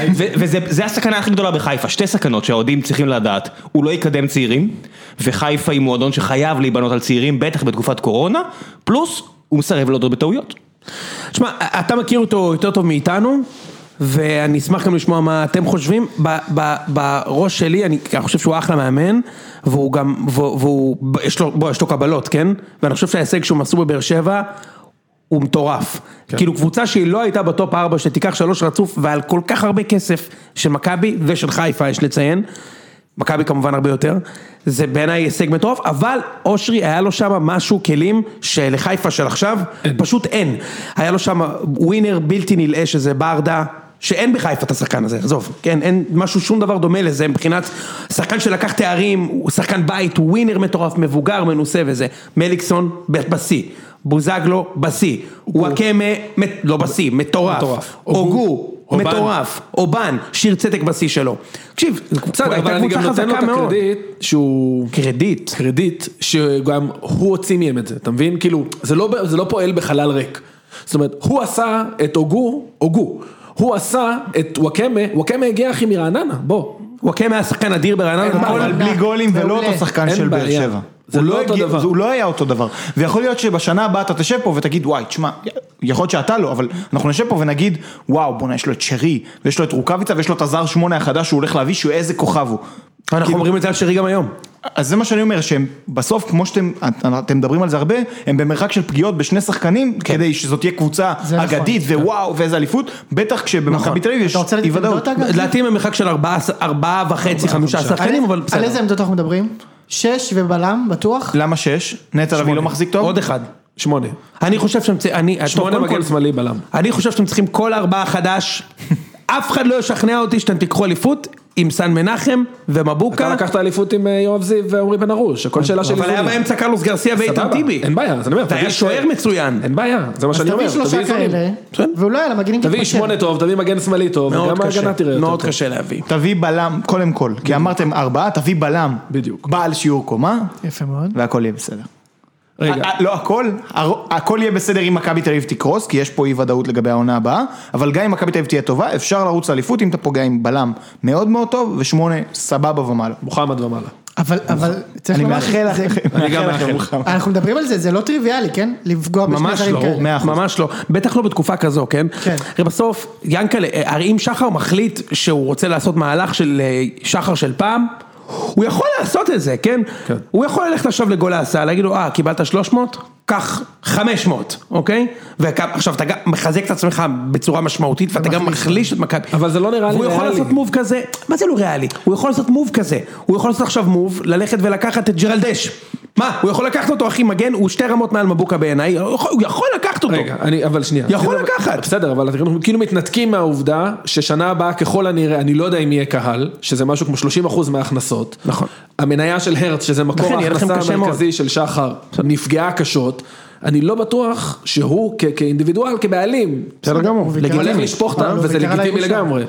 [SPEAKER 2] וזה הסכנה הכי גדולה בחיפה, שתי סכנות שהאוהדים צריכים לדעת, הוא לא יקדם צעירים, וחיפה היא מועדון שחייב להיבנות על צעירים, בטח בתקופת קורונה, פלוס הוא מסרב להודות בטעויות.
[SPEAKER 3] תשמע, אתה מכיר אותו יותר טוב מאיתנו, ואני אשמח גם לשמוע מה אתם חושבים, בראש שלי, אני חושב שהוא אחלה מאמן, והוא גם, והוא, יש לו, בוא, יש לו קבלות, כן? ואני חושב שההישג שהוא מסור בבאר שבע, הוא מטורף. כאילו קבוצה שהיא לא הייתה בטופ ארבע, שתיקח שלוש רצוף, ועל כל כך הרבה כסף של מכבי ושל חיפה, יש לציין, מכבי כמובן הרבה יותר, זה בעיניי הישג מטורף, אבל אושרי היה לו שם משהו, כלים שלחיפה של עכשיו, פשוט אין. היה לו שם ווינר בלתי נלאה, שזה ברדה, שאין בחיפה את השחקן הזה, עזוב, כן, אין משהו, שום דבר דומה לזה, מבחינת שחקן שלקח תארים, הוא שחקן בית, הוא ווינר מטורף, מבוגר, מנוסה וזה, מליקסון בסי, בוזגלו בסי, וואקמה, לא בסי, מטורף, אוגו, מטורף, אובן, שיר צדק בסי שלו, תקשיב,
[SPEAKER 4] אבל אני גם נותן לו את הקרדיט, שהוא,
[SPEAKER 3] קרדיט,
[SPEAKER 4] קרדיט, שגם הוא הוציא מהם את זה, אתה מבין? כאילו, זה לא פועל בחלל ריק, זאת אומרת, הוא עשה את אוגו, אוגו, הוא עשה את וואקמה, וואקמה הגיע הכי מרעננה, בוא.
[SPEAKER 3] וואקמה היה שחקן אדיר ברעננה,
[SPEAKER 5] אבל בלי גולים ולא אותו שחקן של באר שבע.
[SPEAKER 4] זה לא אותו דבר.
[SPEAKER 5] הוא לא היה אותו דבר. ויכול להיות שבשנה הבאה אתה תשב פה ותגיד, וואי, תשמע, יכול להיות שאתה לא, אבל אנחנו נשב פה ונגיד, וואו, בונה, יש לו את שרי, ויש לו את רוקביצה, ויש לו את הזר שמונה החדש, שהוא הולך להביא, שהוא איזה כוכב הוא.
[SPEAKER 3] אנחנו אומרים את זה על שרי גם היום.
[SPEAKER 5] אז זה מה שאני אומר, שהם בסוף, כמו שאתם אתם מדברים על זה הרבה, הם במרחק של פגיעות בשני שחקנים, כדי שזאת תהיה קבוצה אגדית, ווואו, ואיזה אליפות, בטח כשבמכבי תל אביב יש אי ודאות.
[SPEAKER 3] לדעתי במרחק של ארבעה וחצי, חמישה שחקנים, אבל בסדר.
[SPEAKER 6] על איזה עמדות אנחנו מדברים? שש ובלם, בטוח?
[SPEAKER 5] למה שש? נטע לביא לא מחזיק טוב?
[SPEAKER 3] עוד אחד.
[SPEAKER 4] שמונה.
[SPEAKER 3] אני חושב שהם צריכים,
[SPEAKER 4] שמונה מגן שמאלי בלם.
[SPEAKER 3] אני חושב שאתם צריכים כל ארבעה חדש, אף אחד לא ישכנע אותי שאתם תיקחו אליפות, עם סן מנחם ומבוקה.
[SPEAKER 4] אתה לקחת אליפות עם יואב זיו ועומרי בן ארוש, הכל שאלה של איזונים.
[SPEAKER 3] אבל היה באמצע קרלוס גרסיה ואיתן טיבי.
[SPEAKER 4] אין בעיה, אז אני אומר.
[SPEAKER 3] והיה שוער מצוין.
[SPEAKER 4] אין בעיה, זה מה שאני אומר.
[SPEAKER 6] אז תביא שלושה כאלה, והוא לא היה למגנים
[SPEAKER 4] תביא שמונה טוב, תביא מגן שמאלי טוב, וגם ההגנה תראה יותר טוב.
[SPEAKER 3] מאוד קשה להביא.
[SPEAKER 5] תביא בלם, קודם כל, כי אמרתם ארבעה, תביא בלם.
[SPEAKER 4] בדיוק.
[SPEAKER 5] בעל שיעור קומה.
[SPEAKER 6] יפה מאוד.
[SPEAKER 5] והכל יהיה בסדר.
[SPEAKER 4] רגע.
[SPEAKER 5] לא הכל, הכל יהיה בסדר אם מכבי תל אביב תקרוס, כי יש פה אי ודאות לגבי העונה הבאה, אבל גם אם מכבי תל אביב תהיה טובה, אפשר לרוץ לאליפות אם אתה פוגע עם בלם מאוד מאוד טוב, ושמונה סבבה ומעלה.
[SPEAKER 4] מוחמד ומעלה.
[SPEAKER 6] אבל, אבל,
[SPEAKER 5] אני מאחל לכם,
[SPEAKER 4] אני גם מאחל.
[SPEAKER 6] אנחנו מדברים על זה, זה לא טריוויאלי, כן? לפגוע בשני זרים כאלה.
[SPEAKER 3] ממש לא, בטח לא בתקופה כזו, כן?
[SPEAKER 6] כן.
[SPEAKER 3] בסוף, ינקל, הרי אם שחר מחליט שהוא רוצה לעשות מהלך של שחר של פעם, הוא יכול לעשות את זה, כן? כן. הוא יכול ללכת עכשיו לגולסה, להגיד לו, אה, קיבלת שלוש מאות? קח חמש מאות, אוקיי? ועכשיו אתה גם מחזק את עצמך בצורה משמעותית, ואתה גם מחליש את מכבי.
[SPEAKER 4] אבל זה לא נראה לי
[SPEAKER 3] ריאלי. והוא יכול לעשות מוב כזה, מה זה לא ריאלי? הוא יכול לעשות מוב כזה, הוא יכול לעשות עכשיו מוב, ללכת ולקחת את ג'רלדש. מה? הוא יכול לקחת אותו, אחי מגן, הוא שתי רמות מעל מבוקה בעיניי, הוא יכול לקחת אותו.
[SPEAKER 4] רגע, אני, אבל שנייה.
[SPEAKER 3] יכול לקחת.
[SPEAKER 4] בסדר, אבל אנחנו כאילו מתנתקים מהעובדה, ששנה הבאה ככל הנראה, אני לא יודע אם יהיה קהל, שזה משהו כמו שלושים אחוז מההכנסות.
[SPEAKER 3] נכון.
[SPEAKER 4] המניה של הרץ, שזה מקור ההכנסה המרכזי של שחר, נפגעה קשות. אני לא בטוח שהוא כאינדיבידואל, כבעלים.
[SPEAKER 3] בסדר גמור.
[SPEAKER 4] הולך לשפוך אותם, וזה לגיטימי לגמרי.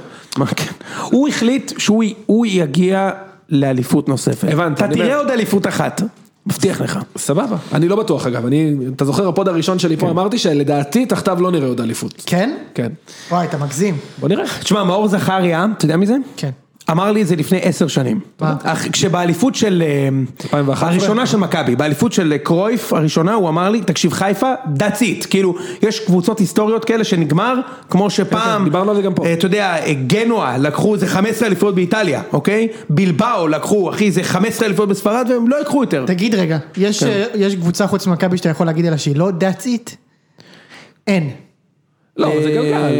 [SPEAKER 3] הוא החליט שהוא יגיע לאליפות נוספת.
[SPEAKER 4] הבנתי.
[SPEAKER 3] אתה תראה עוד אליפות אחת. מבטיח לך.
[SPEAKER 4] סבבה, אני לא בטוח אגב, אני, אתה זוכר הפוד הראשון שלי פה, אמרתי שלדעתי תחתיו לא נראה עוד אליפות.
[SPEAKER 6] כן?
[SPEAKER 4] כן.
[SPEAKER 6] וואי, אתה מגזים.
[SPEAKER 4] בוא נראה.
[SPEAKER 3] תשמע, מאור זכריה, אתה יודע מי זה?
[SPEAKER 6] כן.
[SPEAKER 3] אמר לי את זה לפני עשר שנים. כשבאליפות של,
[SPEAKER 4] אלפיים ואחת עשרה
[SPEAKER 3] הראשונה של מכבי, באליפות של קרויף הראשונה, הוא אמר לי, תקשיב חיפה, that's it. כאילו, יש קבוצות היסטוריות כאלה שנגמר, כמו שפעם,
[SPEAKER 4] דיברנו על זה גם פה.
[SPEAKER 3] אתה יודע, גנואה לקחו איזה חמש עשרה אליפויות באיטליה, אוקיי? בלבאו לקחו, אחי, איזה חמש עשרה אליפויות בספרד, והם לא יקחו יותר.
[SPEAKER 6] תגיד רגע, יש, יש קבוצה חוץ ממכבי שאתה יכול להגיד עליה שהיא לא that's it? אין.
[SPEAKER 4] לא, זה גלגל.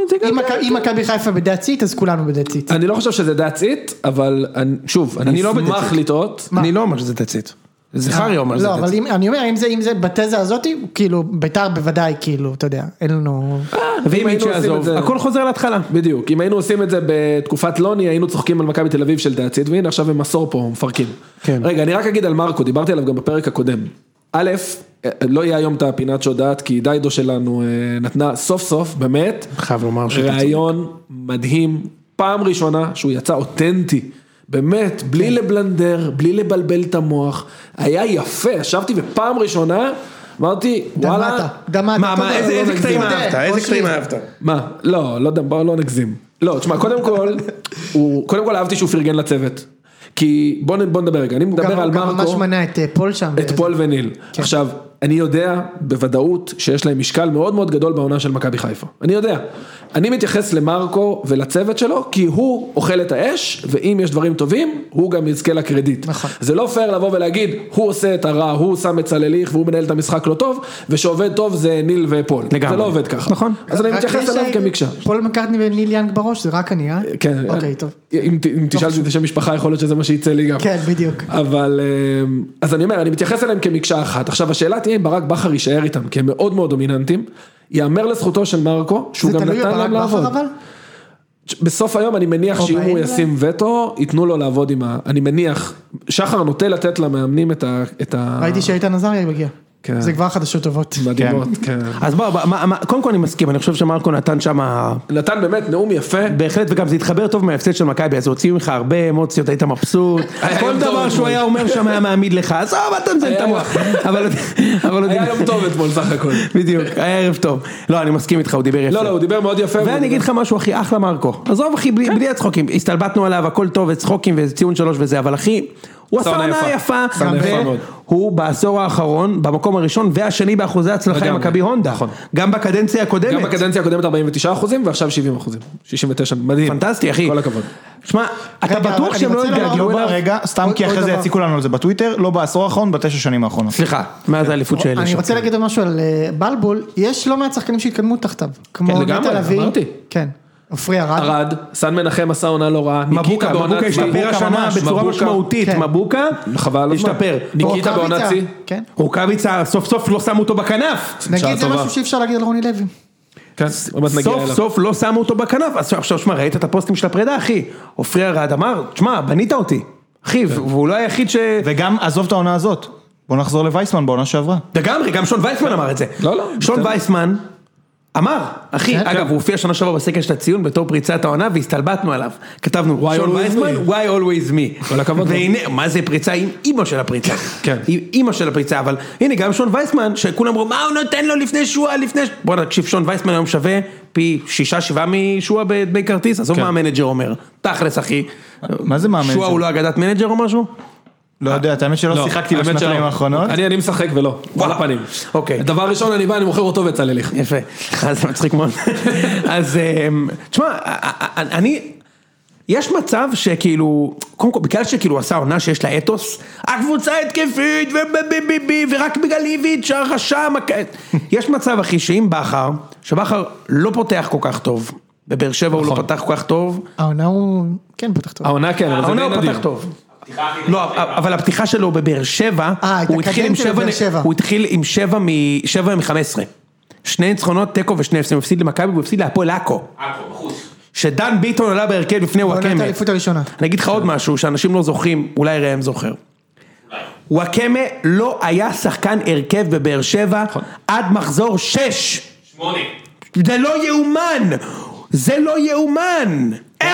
[SPEAKER 6] אם מכבי חיפה בדאצית, אז כולנו בדאצית.
[SPEAKER 4] אני לא חושב שזה that's it, אבל שוב, אני אשמח לטעות.
[SPEAKER 3] אני לא אומר שזה תצית. זכריה אומר שזה
[SPEAKER 6] לא, אבל
[SPEAKER 3] תצית.
[SPEAKER 6] אני אומר, אם זה בתזה הזאת, כאילו, ביתר בוודאי, כאילו, אתה יודע, אין לנו...
[SPEAKER 3] ואם מיץ' יעזוב, הכל חוזר להתחלה.
[SPEAKER 4] בדיוק, אם היינו עושים את זה בתקופת לוני, היינו צוחקים על מכבי תל אביב של דאצית, והנה עכשיו הם מסור פה, מפרקים. רגע, אני רק אגיד על מרקו, דיברתי עליו גם בפרק הקודם. א', לא יהיה היום את הפינת שהודעת, כי דיידו שלנו נתנה סוף סוף, באמת,
[SPEAKER 3] חייב לומר
[SPEAKER 4] רעיון מדהים, פעם ראשונה שהוא יצא אותנטי, באמת, בלי לבלנדר, בלי לבלבל את המוח, היה יפה, ישבתי ופעם ראשונה, אמרתי, וואלה,
[SPEAKER 6] דמעת, דמעת,
[SPEAKER 3] מה, מה, איזה קטעים אהבת? איזה קטעים אהבת?
[SPEAKER 4] מה, לא, לא יודע, בואו לא נגזים. לא, תשמע, קודם כל, קודם כל אהבתי שהוא פרגן לצוות. כי בוא נדבר רגע, אני מדבר על מרקו.
[SPEAKER 6] הוא גם ממש מנה את פול שם.
[SPEAKER 4] את פול וניל. עכשיו, אני יודע בוודאות שיש להם משקל מאוד מאוד גדול בעונה של מכבי חיפה. אני יודע. אני מתייחס למרקו ולצוות שלו, כי הוא אוכל את האש, ואם יש דברים טובים, הוא גם יזכה לקרדיט.
[SPEAKER 6] נכון.
[SPEAKER 4] זה לא פייר לבוא ולהגיד, הוא עושה את הרע, הוא שם את צלליך, והוא מנהל את המשחק לא טוב, ושעובד טוב זה ניל ופול.
[SPEAKER 3] לגמרי.
[SPEAKER 4] זה לא עובד ככה.
[SPEAKER 3] נכון.
[SPEAKER 4] אז אני מתייחס אליו כמקשה.
[SPEAKER 6] פול מקרטני וניל יאנג בראש, זה רק אני, אה?
[SPEAKER 4] כן.
[SPEAKER 6] אוקיי, טוב.
[SPEAKER 4] אם תשאל את השם משפחה, יכול להיות שזה מה שיצא לי גם.
[SPEAKER 6] כן, בדיוק.
[SPEAKER 4] אבל, אז אני אומר, אני מתייחס אליהם כמקשה אחת. עכשיו, השאלה תהיה אם ברק בכר יישאר איתם, כי הם מאוד מאוד דומיננטים. יאמר לזכותו של מרקו, שהוא גם נתן להם לעבוד. בסוף היום אני מניח שאם הוא ישים וטו, ייתנו לו לעבוד עם ה... אני מניח, שחר נוטה לתת למאמנים את ה...
[SPEAKER 6] ראיתי שאיתן עזריה מגיע. זה כבר חדשות טובות.
[SPEAKER 4] מדהימות, כן.
[SPEAKER 3] אז בוא, קודם כל אני מסכים, אני חושב שמרקו נתן שם...
[SPEAKER 4] נתן באמת נאום יפה.
[SPEAKER 3] בהחלט, וגם זה התחבר טוב מההפסד של מכבי, אז הוציאו ממך הרבה אמוציות, היית מבסוט, כל דבר שהוא היה אומר שם היה מעמיד לך, עזוב, אתה מזיין את המוח.
[SPEAKER 4] היה יום טוב אתמול סך הכל.
[SPEAKER 3] בדיוק, היה ערב טוב. לא, אני מסכים איתך, הוא דיבר יפה.
[SPEAKER 4] לא, לא, הוא דיבר מאוד יפה.
[SPEAKER 3] ואני אגיד לך משהו, אחי, אחלה מרקו. עזוב, אחי, בלי הצחוקים, הסתלבטנו עליו, הכל טוב, וצחוקים וציון שלוש וזה, אבל אחי, הוא עשה עונה יפה, והוא בעשור האחרון, במקום הראשון והשני באחוזי הצלחה עם מכבי הונדה, גם בקדנציה הקודמת.
[SPEAKER 4] גם בקדנציה הקודמת ארבעים ותשעה אחוזים, ועכשיו שבעים אחוזים, שישים ותשע, מדהים.
[SPEAKER 3] פנטסטי, אחי.
[SPEAKER 4] כל הכבוד.
[SPEAKER 3] שמע, אתה בטוח שהם לא יתגעגעו אליו?
[SPEAKER 5] רגע, סתם כי אחרי זה יציקו לנו על זה בטוויטר, לא בעשור האחרון, בתשע שנים האחרונות.
[SPEAKER 3] סליחה, מאז האליפות של...
[SPEAKER 6] אני רוצה להגיד משהו על בלבול, יש לא מעט שחקנים שהתקדמו תחתיו, כמו נטע לביא, כן. עופרי ארד.
[SPEAKER 4] ארד, סן מנחם עשה עונה לא רעה,
[SPEAKER 3] מבוקה, מבוקה השתפר השנה בצורה משמעותית, מבוקה השתפר.
[SPEAKER 4] ניקיטה בעונצי.
[SPEAKER 3] רוקאביצה, סוף סוף לא שמו אותו בכנף.
[SPEAKER 6] נגיד זה משהו שאי אפשר להגיד על רוני לוי.
[SPEAKER 3] סוף סוף לא שמו אותו בכנף, אז עכשיו שמע, ראית את הפוסטים של הפרידה, אחי, עופרי ארד אמר, תשמע, בנית אותי, אחי, והוא לא היחיד ש...
[SPEAKER 5] וגם עזוב את העונה הזאת, בוא נחזור לווייסמן בעונה שעברה.
[SPEAKER 3] לגמרי, גם שון וייסמן אמר את זה.
[SPEAKER 4] לא, לא.
[SPEAKER 3] שון וייסמן אמר, אחי, אגב, הוא הופיע שנה שעברה בסקר של הציון בתור פריצת העונה, והסתלבטנו עליו. כתבנו, שון וייסמן, why always me.
[SPEAKER 4] כל הכבוד.
[SPEAKER 3] והנה, מה זה פריצה עם אימא של הפריצה? כן. עם אימא של הפריצה, אבל הנה, גם שון וייסמן, שכולם אמרו, מה הוא נותן לו לפני שואה, לפני... בוא נקשיב, שון וייסמן היום שווה פי שישה, שבעה משואה בדמי כרטיס, עזוב מה המנג'ר אומר. תכלס, אחי.
[SPEAKER 5] מה זה מה המנג'ר?
[SPEAKER 3] שואה הוא לא אגדת מנג'ר או משהו?
[SPEAKER 5] לא יודע, האמת שלא שיחקתי בשנתיים האחרונות.
[SPEAKER 4] אני משחק ולא, על הפנים.
[SPEAKER 3] אוקיי.
[SPEAKER 4] דבר ראשון אני בא, אני מוכר אותו וצלליך.
[SPEAKER 3] יפה, אז מצחיק מאוד. אז, תשמע, אני, יש מצב שכאילו, קודם כל, בגלל שכאילו עשה עונה שיש לה אתוס, הקבוצה התקפית, וביביביבי, ורק בגלל איביץ' הרשם, יש מצב, אחי, שאם בכר, שבכר לא פותח כל כך טוב, בבאר שבע הוא לא פתח כל כך טוב.
[SPEAKER 6] העונה הוא, כן, פתח טוב.
[SPEAKER 4] העונה כן, אבל זה די נדיר.
[SPEAKER 3] העונה הוא פתח טוב. לא, אבל הפתיחה שלו בבאר שבע, הוא התחיל עם שבע, הוא התחיל עם שבע משבע מ-חמש עשרה. שני ניצחונות, תיקו ושני הפסדים, הוא הפסיד למכבי והוא הפסיד להפועל עכו. עכו, בחוץ. שדן ביטון עלה בהרכב לפני וואקמה. אני אגיד לך עוד משהו שאנשים לא זוכרים, אולי ראם זוכר. וואקמה לא היה שחקן הרכב בבאר שבע עד מחזור שש. שמונה. זה לא יאומן. זה לא יאומן. איך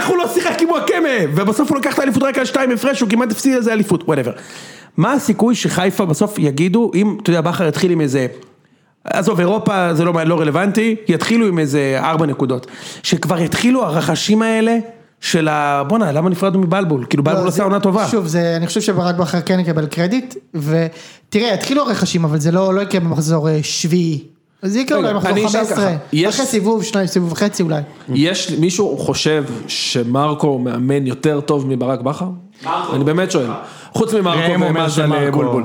[SPEAKER 3] איך הוא לא שיחק עם וואקמה, ובסוף הוא לקח את האליפות רק על שתיים הפרש, הוא כמעט הפסיד לזה אליפות, whatever. מה הסיכוי שחיפה בסוף יגידו, אם, אתה יודע, בכר יתחיל עם איזה, עזוב, אירופה זה לא, לא רלוונטי, יתחילו עם איזה ארבע נקודות, שכבר יתחילו הרחשים האלה, של ה... בוא'נה, למה נפרדנו מבלבול? כאילו בלבול עושה עונה טובה.
[SPEAKER 6] שוב, זה, אני חושב שברק בכר כן יקבל קרדיט, ותראה, התחילו הרכשים, אבל זה לא, לא יקרה במחזור שביעי. אז זה יקרה אולי במחזור חמש עשרה. אחרי סיבוב, שניים, סיבוב וחצי אולי.
[SPEAKER 4] יש מישהו חושב שמרקו מאמן יותר טוב מברק בכר? אני באמת שואל. חוץ ממרקו ומזל בולבול.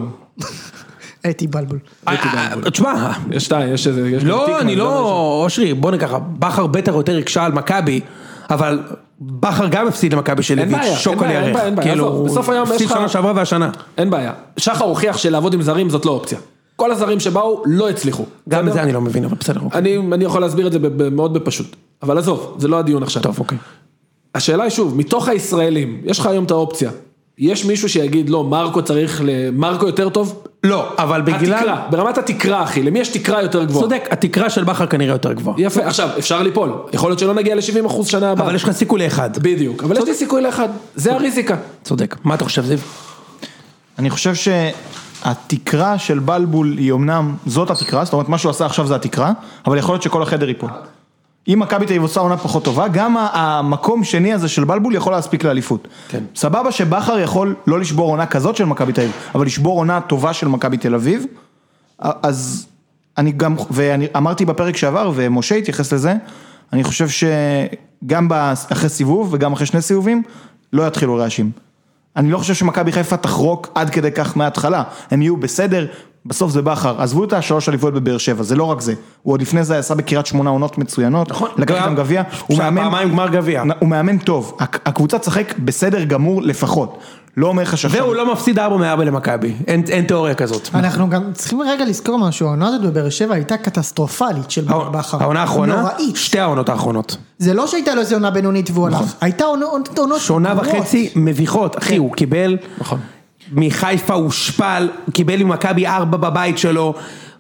[SPEAKER 6] הייתי בלבול.
[SPEAKER 3] תשמע,
[SPEAKER 4] יש שתיים, יש איזה...
[SPEAKER 3] לא, אני לא... אושרי, בוא נקרא, בכר בטח יותר יקשה על מכבי, אבל בכר גם הפסיד למכבי של לויץ', שוק על ירח. כאילו,
[SPEAKER 4] בסוף היום יש
[SPEAKER 3] הפסיד
[SPEAKER 4] לך...
[SPEAKER 3] שנה שעברה והשנה.
[SPEAKER 4] אין בעיה. שחר הוכיח שלעבוד עם זרים זאת לא אופציה. כל הזרים שבאו לא הצליחו.
[SPEAKER 3] גם את זה אני לא מבין, אבל בסדר.
[SPEAKER 4] אני, אני יכול להסביר את זה מאוד בפשוט. אבל עזוב, זה לא הדיון עכשיו.
[SPEAKER 3] טוב, אוקיי.
[SPEAKER 4] השאלה היא שוב, מתוך הישראלים, יש לך היום את האופציה. יש מישהו שיגיד, לא, מרקו צריך, מרקו יותר טוב?
[SPEAKER 3] לא, אבל בגלל...
[SPEAKER 4] התקרה, ברמת התקרה, אחי, למי יש תקרה יותר גבוהה?
[SPEAKER 3] צודק, התקרה של בכר כנראה יותר גבוהה.
[SPEAKER 4] יפה, עכשיו, אפשר ליפול. יכול להיות שלא נגיע ל-שבעים אחוז שנה הבאה.
[SPEAKER 3] אבל יש לך סיכוי לאחד.
[SPEAKER 4] בדיוק, אבל יש לי סיכוי לאחד. זה הריזיקה.
[SPEAKER 3] צודק. מה אתה חושב, זיו?
[SPEAKER 5] אני חושב שהתקרה של בלבול היא אמנם, זאת התקרה, זאת אומרת, מה שהוא עשה עכשיו זה התקרה, אבל יכול להיות שכל החדר ייפול. אם מכבי תל אביב עושה עונה פחות טובה, גם המקום שני הזה של בלבול יכול להספיק לאליפות.
[SPEAKER 3] כן.
[SPEAKER 5] סבבה שבכר יכול לא לשבור עונה כזאת של מכבי תל אביב, אבל לשבור עונה טובה של מכבי תל אביב, אז אני גם, ואני אמרתי בפרק שעבר, ומשה התייחס לזה, אני חושב שגם אחרי סיבוב וגם אחרי שני סיבובים, לא יתחילו רעשים. אני לא חושב שמכבי חיפה תחרוק עד כדי כך מההתחלה, הם יהיו בסדר, בסוף זה בכר, עזבו את השלוש אליפויות בבאר שבע, זה לא רק זה, הוא עוד לפני זה עשה בקריית שמונה עונות מצוינות,
[SPEAKER 3] נכון,
[SPEAKER 5] לקח גם גביע, הוא מאמן,
[SPEAKER 3] פעמיים גמר גביע.
[SPEAKER 5] הוא מאמן טוב, הקבוצה צחק בסדר גמור לפחות, לא אומר לך שחשב.
[SPEAKER 3] והוא לא מפסיד ארבע מארבע למכבי, אין, אין תיאוריה כזאת.
[SPEAKER 6] אנחנו גם צריכים רגע לזכור משהו, העונה הזאת בבאר שבע הייתה קטסטרופלית של בכר.
[SPEAKER 3] העונה האחרונה,
[SPEAKER 6] נוראית.
[SPEAKER 3] שתי העונות האחרונות.
[SPEAKER 6] זה לא שהייתה לו איזה עונה בינונית והוא הלך, הייתה עונות עונות
[SPEAKER 3] שונה וחצי מביכות, אחי, הוא קיבל,
[SPEAKER 4] נכון.
[SPEAKER 3] מחיפה הוא שפל, קיבל עם מכבי ארבע בבית שלו,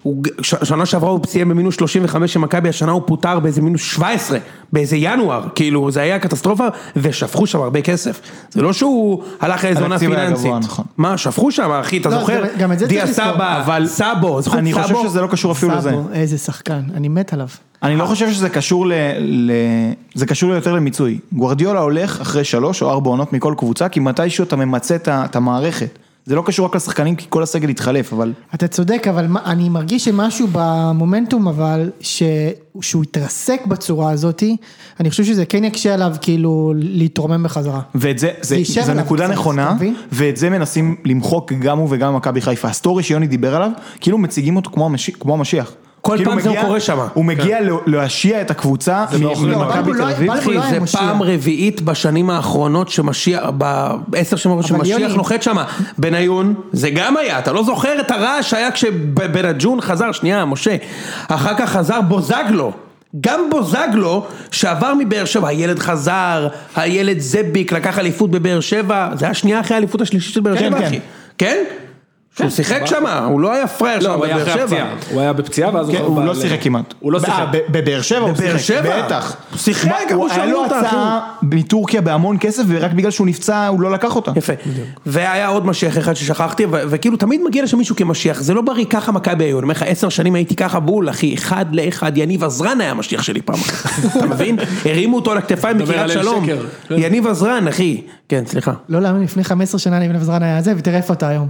[SPEAKER 3] שנה שעברה הוא סיים במינוס שלושים וחמש של מכבי, השנה הוא פוטר באיזה מינוס שבע עשרה, באיזה ינואר, כאילו זה היה קטסטרופה, ושפכו שם הרבה כסף, זה לא שהוא הלך לאיזו עונה פיננסית, מה, שפכו שם, אחי, אתה זוכר, דיה סבא, סאבו, זכות
[SPEAKER 5] אני חושב
[SPEAKER 3] סאבו,
[SPEAKER 5] שזה לא קשור אפילו לזה.
[SPEAKER 6] סאבו, איזה שחקן, אני מת עליו.
[SPEAKER 5] אני לא חושב שזה קשור ל... ל... זה קשור יותר למיצוי. גוארדיולה הולך אחרי שלוש או ארבע עונות מכל קבוצה, כי מתישהו אתה ממצא את המערכת. זה לא קשור רק לשחקנים, כי כל הסגל יתחלף, אבל...
[SPEAKER 6] אתה צודק, אבל אני מרגיש שמשהו במומנטום, אבל ש... שהוא יתרסק בצורה הזאת, אני חושב שזה כן יקשה עליו, כאילו, להתרומם בחזרה.
[SPEAKER 5] ואת זה, זה, זה, זה נקודה נכונה, ואת זה מנסים למחוק גם הוא וגם מכבי חיפה. הסטורי שיוני דיבר עליו, כאילו מציגים אותו כמו המשיח. כמו המשיח.
[SPEAKER 3] כל פעם זה קורה שם.
[SPEAKER 5] הוא מגיע להשיע את הקבוצה ממכבי תל אביב.
[SPEAKER 3] זה פעם רביעית בשנים האחרונות שמשיח, בעשר שנים שמשיח נוחת שם. בניון, זה גם היה, אתה לא זוכר את הרעש שהיה כשבנג'ון חזר, שנייה, משה, אחר כך חזר בוזגלו. גם בוזגלו שעבר מבאר שבע, הילד חזר, הילד זביק לקח אליפות בבאר שבע, זה היה שנייה אחרי האליפות השלישית של באר שבע, אחי. כן? הוא שיחק שם, הוא לא היה פרייר שם בבאר שבע.
[SPEAKER 4] הוא היה בפציעה ואז
[SPEAKER 5] הוא לא שיחק כמעט.
[SPEAKER 4] הוא לא שיחק.
[SPEAKER 5] בבאר שבע הוא שיחק, בטח.
[SPEAKER 3] הוא שיחק, הוא
[SPEAKER 5] היה לו הצעה מטורקיה בהמון כסף, ורק בגלל שהוא נפצע הוא לא לקח אותה.
[SPEAKER 3] יפה. והיה עוד משיח אחד ששכחתי, וכאילו תמיד מגיע לשם מישהו כמשיח, זה לא בריא ככה מכבי היו, אני אומר לך עשר שנים הייתי ככה בול, אחי, אחד לאחד, יניב עזרן היה משיח שלי פעם אחת. אתה מבין? הרימו אותו על הכתפיים בקריית שלום. יניב עזרן, אחי. כן, סליחה. לא להאמין, לפני חמש עשרה שנה יניב עזרן היה זה, ותראה איפה אתה היום.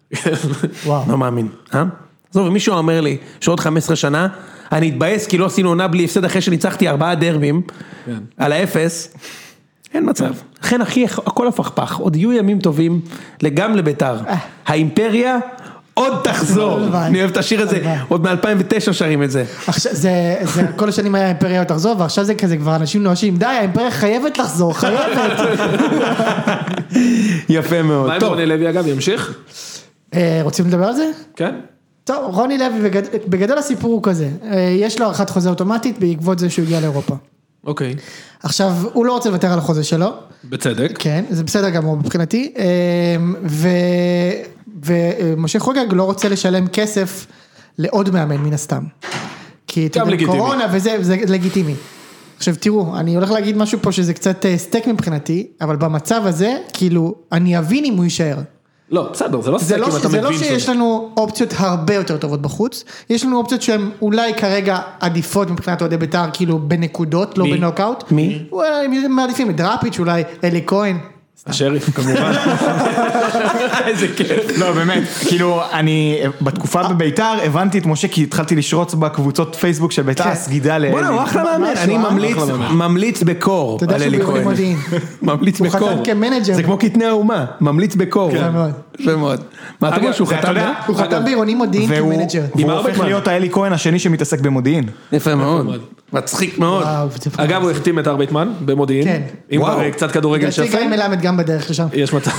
[SPEAKER 3] וואו. לא מאמין, אה? זו, ומישהו אומר לי שעוד חמש עשרה שנה, אני אתבאס כי לא עשינו עונה בלי הפסד אחרי שניצחתי ארבעה דרבים, על האפס, אין מצב. לכן אחי, הכל הפכפך, עוד יהיו ימים טובים, גם לביתר. האימפריה עוד תחזור. אני אוהב את השיר הזה, עוד מ-אלפיים ותשע שרים את זה.
[SPEAKER 6] זה, כל השנים היה האימפריה עוד תחזור, ועכשיו זה כזה כבר אנשים נואשים, די, האימפריה חייבת לחזור, חייבת.
[SPEAKER 3] יפה מאוד.
[SPEAKER 4] מה עם רוני לוי אגב, ימשיך?
[SPEAKER 6] רוצים לדבר על זה?
[SPEAKER 4] כן.
[SPEAKER 6] טוב, רוני לוי, בגדול הסיפור הוא כזה, יש לו הארכת חוזה אוטומטית בעקבות זה שהוא הגיע לאירופה.
[SPEAKER 4] אוקיי.
[SPEAKER 6] עכשיו, הוא לא רוצה לוותר על החוזה שלו.
[SPEAKER 4] בצדק.
[SPEAKER 6] כן, זה בסדר גמור מבחינתי, ו... ומשה חוגג לא רוצה לשלם כסף לעוד מאמן מן הסתם. כי גם לגיטימי. קורונה וזה, זה לגיטימי. עכשיו תראו, אני הולך להגיד משהו פה שזה קצת סטייק מבחינתי, אבל במצב הזה, כאילו, אני אבין אם הוא יישאר.
[SPEAKER 4] לא, בסדר, זה לא סטייק אם אתה מבין.
[SPEAKER 6] זה לא שיש לנו אופציות הרבה יותר טובות בחוץ, יש לנו אופציות שהן אולי כרגע עדיפות מבחינת אוהדי בית"ר, כאילו בנקודות, לא בנוקאוט.
[SPEAKER 3] מי?
[SPEAKER 6] אולי מעדיפים את דראפיץ', אולי אלי כהן.
[SPEAKER 4] השריף כמובן.
[SPEAKER 3] איזה כיף.
[SPEAKER 5] לא, באמת, כאילו, אני בתקופה בביתר הבנתי את משה, כי התחלתי לשרוץ בקבוצות פייסבוק של ביתר, סגידה לאלי.
[SPEAKER 3] בוא'נה, הוא אחלה מאמן, אני ממליץ, ממליץ בקור
[SPEAKER 6] אתה יודע שהוא ביוני מודיעין.
[SPEAKER 3] ממליץ בקור.
[SPEAKER 6] הוא חתם כמנג'ר.
[SPEAKER 3] זה כמו קטני האומה, ממליץ בקור.
[SPEAKER 6] יפה מאוד.
[SPEAKER 3] יפה מאוד. מה אתה אומר שהוא חתם?
[SPEAKER 6] הוא חתם בעירוני מודיעין כמנג'ר.
[SPEAKER 5] והוא הופך להיות האלי כהן השני שמתעסק במודיעין.
[SPEAKER 3] יפה מאוד. מצחיק מאוד.
[SPEAKER 4] אגב, הוא החתים את ארביטמן במודיעין.
[SPEAKER 6] כן.
[SPEAKER 4] עם קצת כדורגל שפל.
[SPEAKER 6] גיא מלמד גם בדרך לשם.
[SPEAKER 4] יש מצב.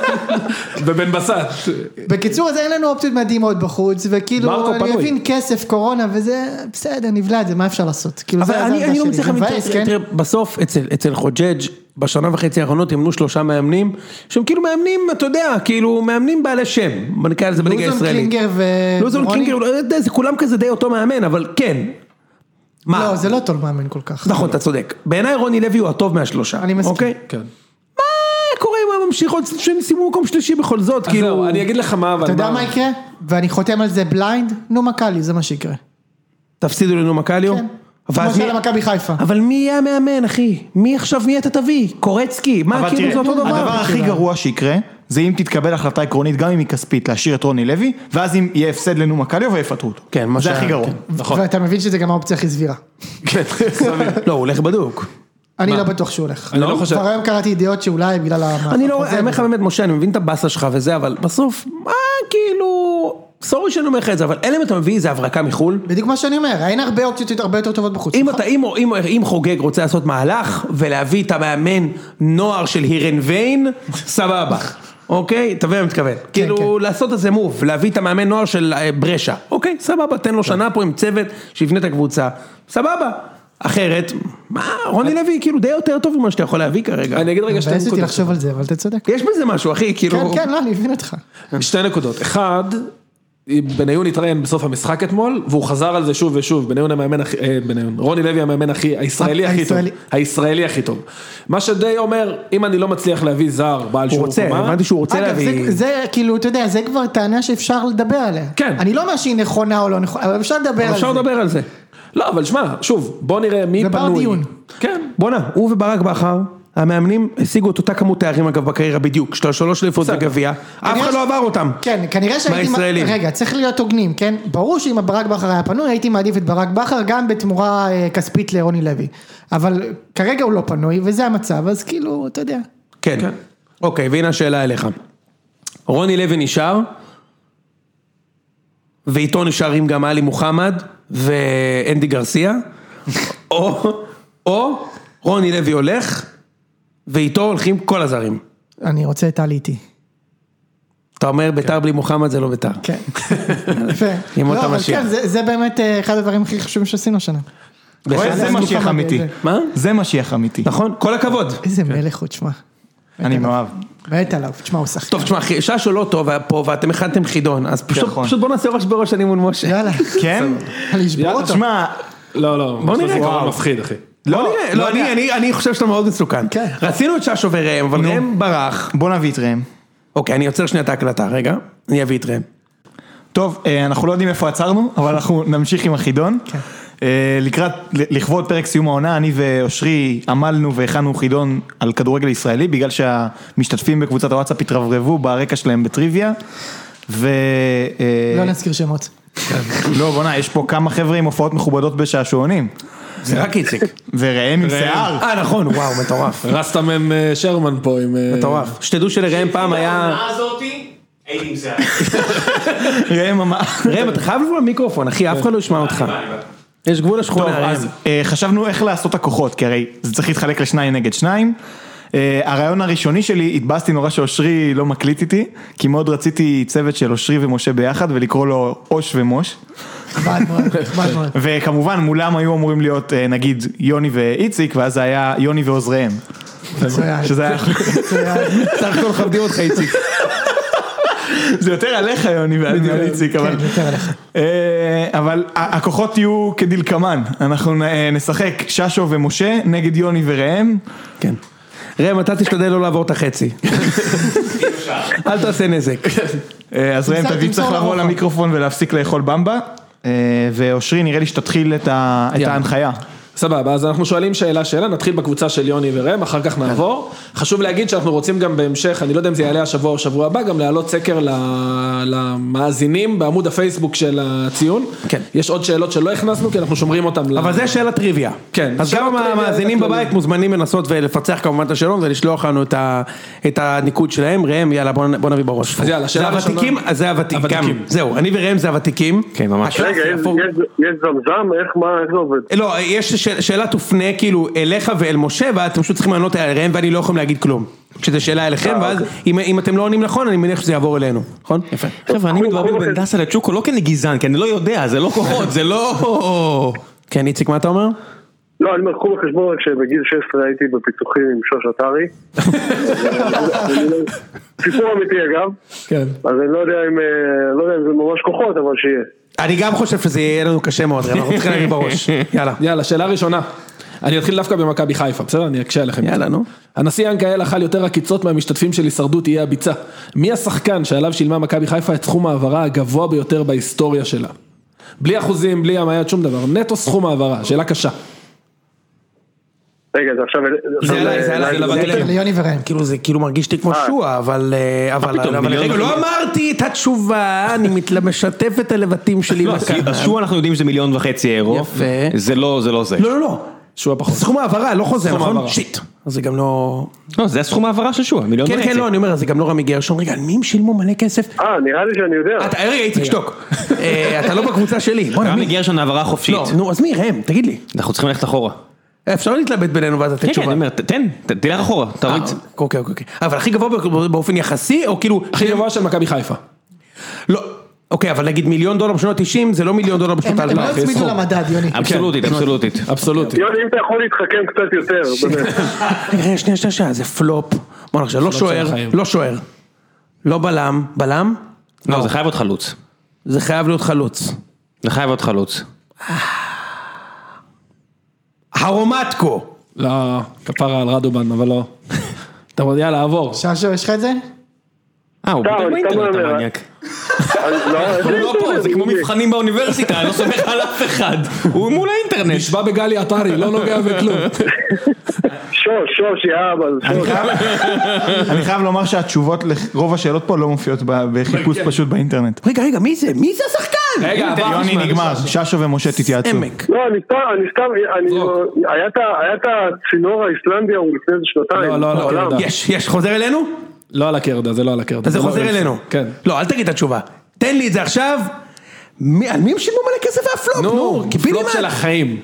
[SPEAKER 4] ובן בסט.
[SPEAKER 6] בקיצור, אז אין לנו אופציות מדהימות בחוץ, וכאילו, אני מבין כסף, קורונה, וזה בסדר, נבלע את זה, מה אפשר לעשות?
[SPEAKER 3] אבל אני לא מצליח להבין, תראה, בסוף, אצל חוג'ג' בשנה וחצי האחרונות ימנו שלושה מאמנים, שהם כאילו מאמנים, אתה יודע, כאילו מאמנים בעלי שם, נקרא לזה בליגה הישראלית.
[SPEAKER 6] לוזון קלינגר
[SPEAKER 3] לוזון קלינגר, זה כולם כזה די אותו מאמן, אבל כן.
[SPEAKER 6] לא, זה לא טוב מאמן כל כך.
[SPEAKER 3] נכון, אתה צודק. בעיניי רוני לוי הוא הטוב מהשלושה.
[SPEAKER 6] אני מסכים.
[SPEAKER 4] כן.
[SPEAKER 3] קורה אם ממשיכות שהם שימו מקום שלישי בכל זאת, כאילו...
[SPEAKER 4] אני אגיד לך מה, אבל...
[SPEAKER 6] אתה יודע מה יקרה? ואני חותם על זה בליינד, נו מקלי, זה מה שיקרה.
[SPEAKER 3] תפסידו לנו מקליו?
[SPEAKER 6] כן. כמו של מכבי חיפה.
[SPEAKER 3] אבל מי יהיה המאמן, אחי? מי עכשיו, מי אתה תביא? קורצקי? מה, כאילו זה אותו דבר?
[SPEAKER 5] הדבר הכי גרוע שיקרה, זה אם תתקבל החלטה עקרונית, גם אם היא כספית, להשאיר את רוני לוי, ואז אם יהיה הפסד לנו מקליו ויפטרו אותו.
[SPEAKER 3] כן,
[SPEAKER 5] זה הכי גרוע.
[SPEAKER 6] ואתה מבין שזה גם האופציה הכי סבירה.
[SPEAKER 4] כן,
[SPEAKER 3] לא, הוא הולך בדוק.
[SPEAKER 6] אני לא בטוח שהוא הולך.
[SPEAKER 4] אני לא חושב.
[SPEAKER 6] כבר היום קראתי ידיעות שאולי בגלל המאחר.
[SPEAKER 3] אני לא, אני אומר לך באמת, משה, אני מבין את הבאסה שלך וזה, אבל בסוף, מה, כאילו, סורי שאני אומר לך את זה, אבל אלא אם אתה מביא איזה הברקה מחול.
[SPEAKER 6] בדיוק מה שאני אומר, אין הרבה אופציות הרבה יותר טובות בחוץ.
[SPEAKER 3] אם אתה, אם, אם, אם חוגג רוצה לעשות מהלך, ולהביא את המאמן נוער של הירן ויין, סבבה. אוקיי? תבין מה מתכוון. כאילו, לעשות איזה מוב, להביא את המאמן נוער של ברשה. אוקיי? סבבה, תן לו שנה פה עם צוות שיבנה את הקבוצה. סבבה. אחרת, מה, רוני לוי כאילו די יותר טוב ממה שאתה יכול להביא כרגע.
[SPEAKER 4] אני אגיד רגע שתי נקודות.
[SPEAKER 6] בעצתי לחשוב על זה, אבל אתה צודק.
[SPEAKER 3] יש בזה משהו, אחי, כאילו...
[SPEAKER 6] כן, כן, לא, אני מבין אותך.
[SPEAKER 4] שתי נקודות. אחד, בניון התראיין בסוף המשחק אתמול, והוא חזר על זה שוב ושוב, בניון המאמן הכי, בניון, רוני לוי המאמן הכי, הישראלי הכי טוב. הישראלי הכי טוב. מה שדי אומר, אם אני לא מצליח להביא זר, בעל שיעור קומה...
[SPEAKER 3] הוא רוצה, הבנתי שהוא רוצה להביא...
[SPEAKER 6] אגב, זה כאילו, אתה יודע, זה כבר טענה שאפשר לדבר עליה.
[SPEAKER 4] כן.
[SPEAKER 6] אני לא אומר שהיא נכונה או לא נכונה, אבל אפשר לדבר על זה.
[SPEAKER 3] אפשר לדבר על זה.
[SPEAKER 4] לא, אבל שמע, שוב, בוא נראה מי פנוי.
[SPEAKER 6] זה בר דיון.
[SPEAKER 4] כן.
[SPEAKER 3] בוא נע, הוא וברק בכר, המאמנים השיגו את אותה כמות תארים אגב בקריירה בדיוק, שלוש אליפות בגביע, אף אחד לא עבר אותם.
[SPEAKER 6] כן, כנראה שהייתי, רגע, צריך להיות הוגנים, כן? ברור שאם ברק בכר היה פנוי, הייתי מעדיף את ברק בכר גם בתמורה כספית לרוני לוי. אבל כרגע הוא לא פנוי, וזה המצב, אז כאילו, אתה יודע.
[SPEAKER 3] כן. אוקיי, והנה השאלה אליך. רוני לוי נשאר, ואיתו נשארים גם עלי מוחמד ואנדי גרסיה, או, או רוני לוי הולך, ואיתו הולכים כל הזרים.
[SPEAKER 6] אני רוצה את עלי איתי.
[SPEAKER 3] אתה אומר ביתר בלי מוחמד זה לא ביתר.
[SPEAKER 6] כן. לא, אבל כן, זה באמת אחד הדברים הכי חשובים שעשינו שנה.
[SPEAKER 5] זה משיח אמיתי.
[SPEAKER 3] מה?
[SPEAKER 5] זה משיח אמיתי.
[SPEAKER 3] נכון, כל הכבוד.
[SPEAKER 6] איזה מלך הוא, תשמע.
[SPEAKER 5] אני מאוהב.
[SPEAKER 6] בעת עליו, תשמע, הוא שחקן.
[SPEAKER 3] טוב, תשמע, ששו לא טוב פה, ואתם הכנתם חידון, אז פשוט בוא נעשה ראש בראש אני מול משה.
[SPEAKER 6] יאללה.
[SPEAKER 5] כן?
[SPEAKER 6] אני אשבור אותו.
[SPEAKER 5] תשמע,
[SPEAKER 4] לא, לא.
[SPEAKER 3] בוא נראה.
[SPEAKER 4] זה מפחיד, אחי.
[SPEAKER 3] לא, לא, אני חושב שאתה מאוד מסוכן. רצינו את ששו וראם, אבל ראם ברח.
[SPEAKER 5] בוא נביא את ראם.
[SPEAKER 3] אוקיי, אני יוצר שנייה את ההקלטה, רגע. אני אביא את ראם.
[SPEAKER 5] טוב, אנחנו לא יודעים איפה עצרנו, אבל אנחנו נמשיך עם החידון. לקראת, לכבוד פרק סיום העונה, אני ואושרי עמלנו והכנו חידון על כדורגל ישראלי, בגלל שהמשתתפים בקבוצת הוואטסאפ התרברבו ברקע שלהם בטריוויה, ו...
[SPEAKER 6] לא נזכיר שמות.
[SPEAKER 5] לא, בוא נה, יש פה כמה חבר'ה עם הופעות מכובדות בשעשועונים.
[SPEAKER 3] זה רק איציק.
[SPEAKER 5] וראם עם שיער.
[SPEAKER 3] אה, נכון, וואו, מטורף.
[SPEAKER 4] רסתם עם שרמן פה עם...
[SPEAKER 3] מטורף. שתדעו שלראם פעם היה...
[SPEAKER 2] העונה הזאתי, הייתי עם שיער.
[SPEAKER 5] ראם אמר...
[SPEAKER 3] ראם, אתה חייב לבוא למיקרופון, אחי, אף אחד לא ישמע אותך. יש גבול לשכונה.
[SPEAKER 5] טוב, אז חשבנו איך לעשות הכוחות, כי הרי זה צריך להתחלק לשניים נגד שניים. הרעיון הראשוני שלי, התבאסתי נורא שאושרי לא מקליט איתי, כי מאוד רציתי צוות של אושרי ומשה ביחד, ולקרוא לו אוש ומוש. וכמובן מולם היו אמורים להיות נגיד יוני ואיציק, ואז זה היה יוני ועוזריהם. שזה היה...
[SPEAKER 3] סך הכל מכבדים אותך איציק.
[SPEAKER 5] זה יותר עליך יוני ועל איציק, אבל...
[SPEAKER 6] כן, יותר עליך.
[SPEAKER 5] אבל הכוחות יהיו כדלקמן, אנחנו נשחק ששו ומשה נגד יוני וראם.
[SPEAKER 3] כן. ראם, אתה תשתדל לא לעבור את החצי. אל תעשה נזק.
[SPEAKER 5] אז ראם, תביא צריך לבוא למיקרופון ולהפסיק לאכול במבה, ואושרי נראה לי שתתחיל את ההנחיה.
[SPEAKER 4] סבבה, אז אנחנו שואלים שאלה שאלה, נתחיל בקבוצה של יוני וראם, אחר כך נעבור. חשוב להגיד שאנחנו רוצים גם בהמשך, אני לא יודע אם זה יעלה השבוע או שבוע הבא, גם להעלות סקר למאזינים בעמוד הפייסבוק של הציון. כן. יש עוד שאלות שלא הכנסנו, כי אנחנו שומרים אותם.
[SPEAKER 3] אבל זה שאלה טריוויה.
[SPEAKER 4] כן.
[SPEAKER 3] אז גם המאזינים בבית מוזמנים לנסות ולפצח כמובן את השאלון, ולשלוח לנו את הניקוד שלהם. ראם, יאללה, בוא נביא בראש.
[SPEAKER 4] אז יאללה, שאלה ראשונה.
[SPEAKER 3] זה הוותיקים. זהו, אני וראם זה הוותיקים.
[SPEAKER 2] כן, ממש.
[SPEAKER 7] רגע, יש זמזם, איך, מה, איך זה עובד?
[SPEAKER 3] לא, יש שאלה תופנה כאילו אליך ואל משה, ואתם פשוט צריכים לענות עליהם, ואני לא יכולים להגיד כלום. כשזו שאלה אליכם, ואז אם אתם לא עונים נכון, אני מניח שזה יעבור אלינו, נכון? יפה.
[SPEAKER 2] חבר'ה, אני מתברר בין דסה לצ'וקו, לא כנגזן, כי אני לא יודע, זה לא כוחות, זה לא...
[SPEAKER 3] כן, איציק, מה אתה אומר?
[SPEAKER 7] לא, אני מרחוב בחשבון רק שבגיל שש עשרה הייתי בפיצוחים עם שוש אתרי. סיפור אמיתי אגב.
[SPEAKER 4] כן.
[SPEAKER 7] אז אני לא יודע אם זה ממש כוחות, אבל שיהיה.
[SPEAKER 3] אני גם חושב שזה יהיה לנו קשה מאוד, אנחנו צריכים להגיד בראש. יאללה.
[SPEAKER 4] יאללה, שאלה ראשונה. אני אתחיל דווקא במכבי חיפה, בסדר? אני אקשה עליכם.
[SPEAKER 3] יאללה, נו.
[SPEAKER 4] הנשיא ינקאל אכל יותר עקיצות מהמשתתפים של הישרדות יהיה הביצה. מי השחקן שעליו שילמה מכבי חיפה את סכום העברה הגבוה ביותר בהיסטוריה שלה? בלי אחוזים, בלי המעיית, שום דבר. נטו סכום העברה, שאלה קשה.
[SPEAKER 7] רגע, זה עכשיו...
[SPEAKER 3] זה עליי, זה עליי,
[SPEAKER 6] זה ליוני וראם.
[SPEAKER 3] כאילו זה כאילו מרגיש לי כמו שואה, אבל... אבל רגע, לא אמרתי את התשובה, אני משתף את הלבטים שלי.
[SPEAKER 2] שואה אנחנו יודעים שזה מיליון וחצי אירו.
[SPEAKER 3] יפה.
[SPEAKER 2] זה לא, זה לא זה.
[SPEAKER 3] לא, לא, לא.
[SPEAKER 4] שואה פחות.
[SPEAKER 3] סכום העברה, לא חוזר, נכון? שיט. אז זה גם לא...
[SPEAKER 2] לא, זה הסכום העברה של שואה, מיליון וחצי.
[SPEAKER 3] כן, כן, לא, אני אומר, זה גם לא רמי גרשון. רגע, על מי הם שילמו מלא כסף?
[SPEAKER 7] אה, נראה לי שאני יודע.
[SPEAKER 3] רגע, איציק, שתוק. אתה לא בקבוצה שלי.
[SPEAKER 2] רמי גרשון העברה חופשית.
[SPEAKER 3] לא, נו, אז מי, ראם, תגיד לי.
[SPEAKER 2] אנחנו צריכים ללכת אחורה.
[SPEAKER 3] אפשר להתלבט בינינו ואז לתת
[SPEAKER 2] כן,
[SPEAKER 3] תשובה.
[SPEAKER 2] כן, אני אומר, תן, תלך אחורה, תריץ.
[SPEAKER 3] אוקיי, אוקיי. אבל הכי גבוה באופן יחסי, או כאילו...
[SPEAKER 4] הכי גבוה של מכבי חיפה.
[SPEAKER 3] לא, אוקיי, אבל נגיד מיליון דולר בשנות תשעים, זה לא מיליון דולר בשנות
[SPEAKER 6] הם לא הצמידו למדד, יוני.
[SPEAKER 2] אבסולוטית, אבסולוטית.
[SPEAKER 4] אבסולוטית.
[SPEAKER 7] יוני, אם אתה יכול להתחכם קצת יותר, באמת.
[SPEAKER 3] רגע, שנייה, שנייה, שנייה, זה פלופ. בוא נחשב, לא שוער, לא שוער. לא בלם, בלם?
[SPEAKER 2] לא, זה חייב להיות חלוץ.
[SPEAKER 3] זה חייב להיות חלוץ.
[SPEAKER 2] זה חייב להיות חלוץ.
[SPEAKER 3] הרומטקו.
[SPEAKER 4] לא, כפרה על רדובן, אבל לא. אתה יודע, יאללה, עבור.
[SPEAKER 6] ששו, יש לך את זה?
[SPEAKER 2] אה, הוא בודק באינטרנט המניאק. הוא לא פה, זה כמו מבחנים באוניברסיטה, אני לא סומך על אף אחד. הוא מול האינטרנט.
[SPEAKER 4] נשבע בגלי עטרי, לא נוגע בכלום.
[SPEAKER 7] שוש, שוש, יאבא, שוש.
[SPEAKER 5] אני חייב לומר שהתשובות לרוב השאלות פה לא מופיעות בחיפוש פשוט באינטרנט.
[SPEAKER 3] רגע, רגע, מי זה? מי זה השחקן?
[SPEAKER 4] רגע,
[SPEAKER 5] יוני נגמר, ששו ומשה תתייעצו.
[SPEAKER 3] עמק.
[SPEAKER 7] לא, אני סתם, אני סתם, היה את הצינור האיסלנדי הוא לפני איזה שנתיים.
[SPEAKER 4] לא, לא, לא,
[SPEAKER 3] יש, יש, חוזר אלינו?
[SPEAKER 4] לא על הקרדה, זה לא על הקרדה.
[SPEAKER 3] אז זה חוזר אלינו.
[SPEAKER 4] כן.
[SPEAKER 3] לא, אל תגיד את התשובה. תן לי את זה עכשיו. על מי הם שילמו מלא כסף והפלופ?
[SPEAKER 4] נו, פלופ של החיים.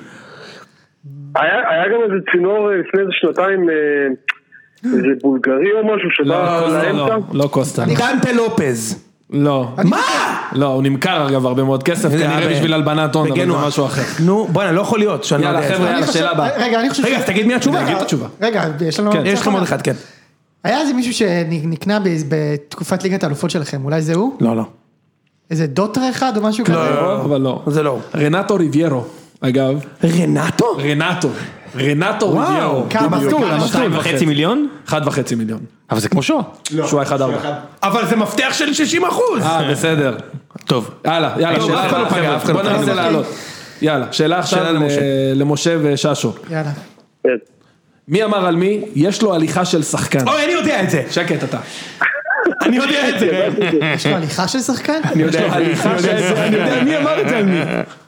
[SPEAKER 7] היה גם איזה צינור לפני איזה שנתיים, איזה בולגרי או משהו שבא לאמצע.
[SPEAKER 4] לא קוסטה.
[SPEAKER 3] דנטה לופז.
[SPEAKER 4] לא.
[SPEAKER 3] מה?
[SPEAKER 4] לא, הוא נמכר אגב הרבה מאוד כסף, כנראה בשביל הלבנת הון, אבל זה משהו אחר.
[SPEAKER 3] נו, בוא'נה, לא יכול להיות.
[SPEAKER 4] יאללה, חבר'ה, יאללה, שאלה הבאה.
[SPEAKER 6] רגע, אני חושב...
[SPEAKER 3] רגע, אז תגיד מי התשובה.
[SPEAKER 4] תגיד את התשובה.
[SPEAKER 6] רגע, יש לנו...
[SPEAKER 3] יש לך עוד אחד, כן.
[SPEAKER 6] היה איזה מישהו שנקנה בתקופת ליגת האלופות שלכם, אולי זה הוא?
[SPEAKER 3] לא, לא.
[SPEAKER 6] איזה דוטר אחד או משהו כזה?
[SPEAKER 4] לא, אבל לא.
[SPEAKER 3] זה לא.
[SPEAKER 4] רנטו ריביירו, אגב.
[SPEAKER 3] רנטו?
[SPEAKER 4] רנטו. רנטו ריביירו.
[SPEAKER 6] כמה זה?
[SPEAKER 2] שתיים וחצי מיליון?
[SPEAKER 4] אחד וחצי מיליון.
[SPEAKER 2] אבל זה כמו שואה.
[SPEAKER 4] שואה אחד ארבע.
[SPEAKER 3] אבל זה מפתח של שישים אחוז.
[SPEAKER 4] אה, בסדר.
[SPEAKER 2] טוב.
[SPEAKER 4] יאללה, יאללה, שאלה
[SPEAKER 3] אף אחד לא פגע,
[SPEAKER 4] הבאה.
[SPEAKER 3] אף אחד לא
[SPEAKER 4] בוא
[SPEAKER 3] פגע.
[SPEAKER 4] ננסה לעלות. יאלה, שאלה עכשיו למשה וששו.
[SPEAKER 6] יאללה.
[SPEAKER 4] מי אמר על מי? יש לו הליכה של שחקן.
[SPEAKER 3] אוי, אני יודע את זה.
[SPEAKER 4] שקט אתה.
[SPEAKER 3] אני יודע את זה.
[SPEAKER 6] יש לו הליכה של שחקן?
[SPEAKER 3] אני יודע הליכה של שחקן. אני יודע מי אמר את זה על מי.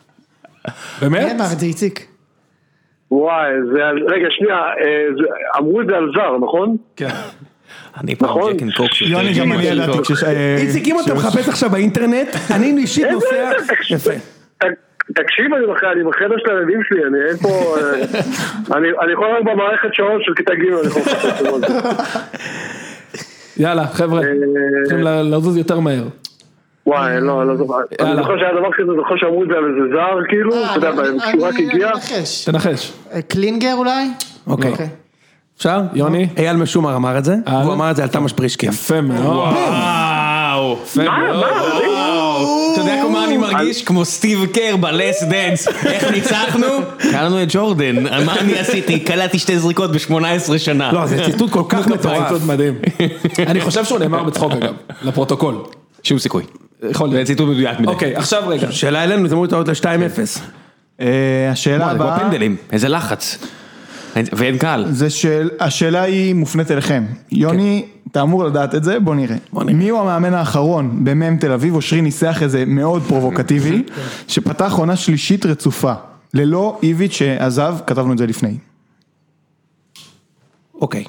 [SPEAKER 6] מי
[SPEAKER 4] באמת?
[SPEAKER 6] אמר את זה, איציק?
[SPEAKER 7] וואי, זה... רגע, שנייה, אמרו את זה על זר, נכון?
[SPEAKER 4] כן.
[SPEAKER 2] אני פעם ג'קין קוקס.
[SPEAKER 5] יוני גם אני ידעתי כש...
[SPEAKER 3] איציק, אם אתה מחפש עכשיו באינטרנט, אני אישית נוסע... יפה.
[SPEAKER 7] תקשיב, אני בחדר של הילדים שלי, אני אין פה... אני יכול רק במערכת שעות של כיתה ג' אני יכול לחפש את זה.
[SPEAKER 4] יאללה, חבר'ה, צריכים לזוז יותר מהר.
[SPEAKER 7] וואי, לא, לא זוכר. אני זוכר שהיה דבר כזה, זוכר שאמרו את זה על איזה זר, כאילו, אתה יודע, כשהוא רק הגיע.
[SPEAKER 4] תנחש.
[SPEAKER 6] קלינגר אולי?
[SPEAKER 3] אוקיי. אפשר?
[SPEAKER 4] יוני?
[SPEAKER 3] אייל משומר אמר את זה, הוא אמר את זה על תמש פרישקין.
[SPEAKER 4] יפה מאוד.
[SPEAKER 2] וואו. אתה יודע כמו אני מרגיש? כמו סטיב קר בלס דנס. איך ניצחנו? קראנו את ג'ורדן. מה אני עשיתי? קלעתי שתי זריקות ב-שמונה עשרה שנה.
[SPEAKER 3] לא, זה ציטוט כל כך מטורף.
[SPEAKER 4] ציטוט מדהים. אני חושב שהוא נאמר בצחוק אגב, לפרוטוקול.
[SPEAKER 2] שום סיכוי.
[SPEAKER 4] יכול
[SPEAKER 2] זה
[SPEAKER 4] להיות.
[SPEAKER 2] ציטוט מדויק מדי.
[SPEAKER 4] אוקיי, עכשיו רגע.
[SPEAKER 3] שאלה אלינו, זה אמור להיות ל-שתיים אפס.
[SPEAKER 5] השאלה
[SPEAKER 2] כמו
[SPEAKER 5] הבאה,
[SPEAKER 2] פנדלים, איזה לחץ. ואין קהל.
[SPEAKER 5] זה של, השאלה היא מופנית אליכם. יוני, אתה אמור לדעת את זה, בוא נראה. מי הוא המאמן האחרון במם תל אביב, אושרי ניסח איזה מאוד פרובוקטיבי, שפתח עונה שלישית רצופה, ללא איביץ' שעזב, כתבנו את זה לפני.
[SPEAKER 3] אוקיי.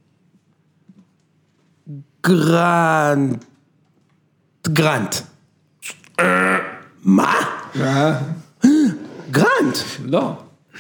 [SPEAKER 3] גרנט. גרנט. מה? גרנט.
[SPEAKER 4] לא.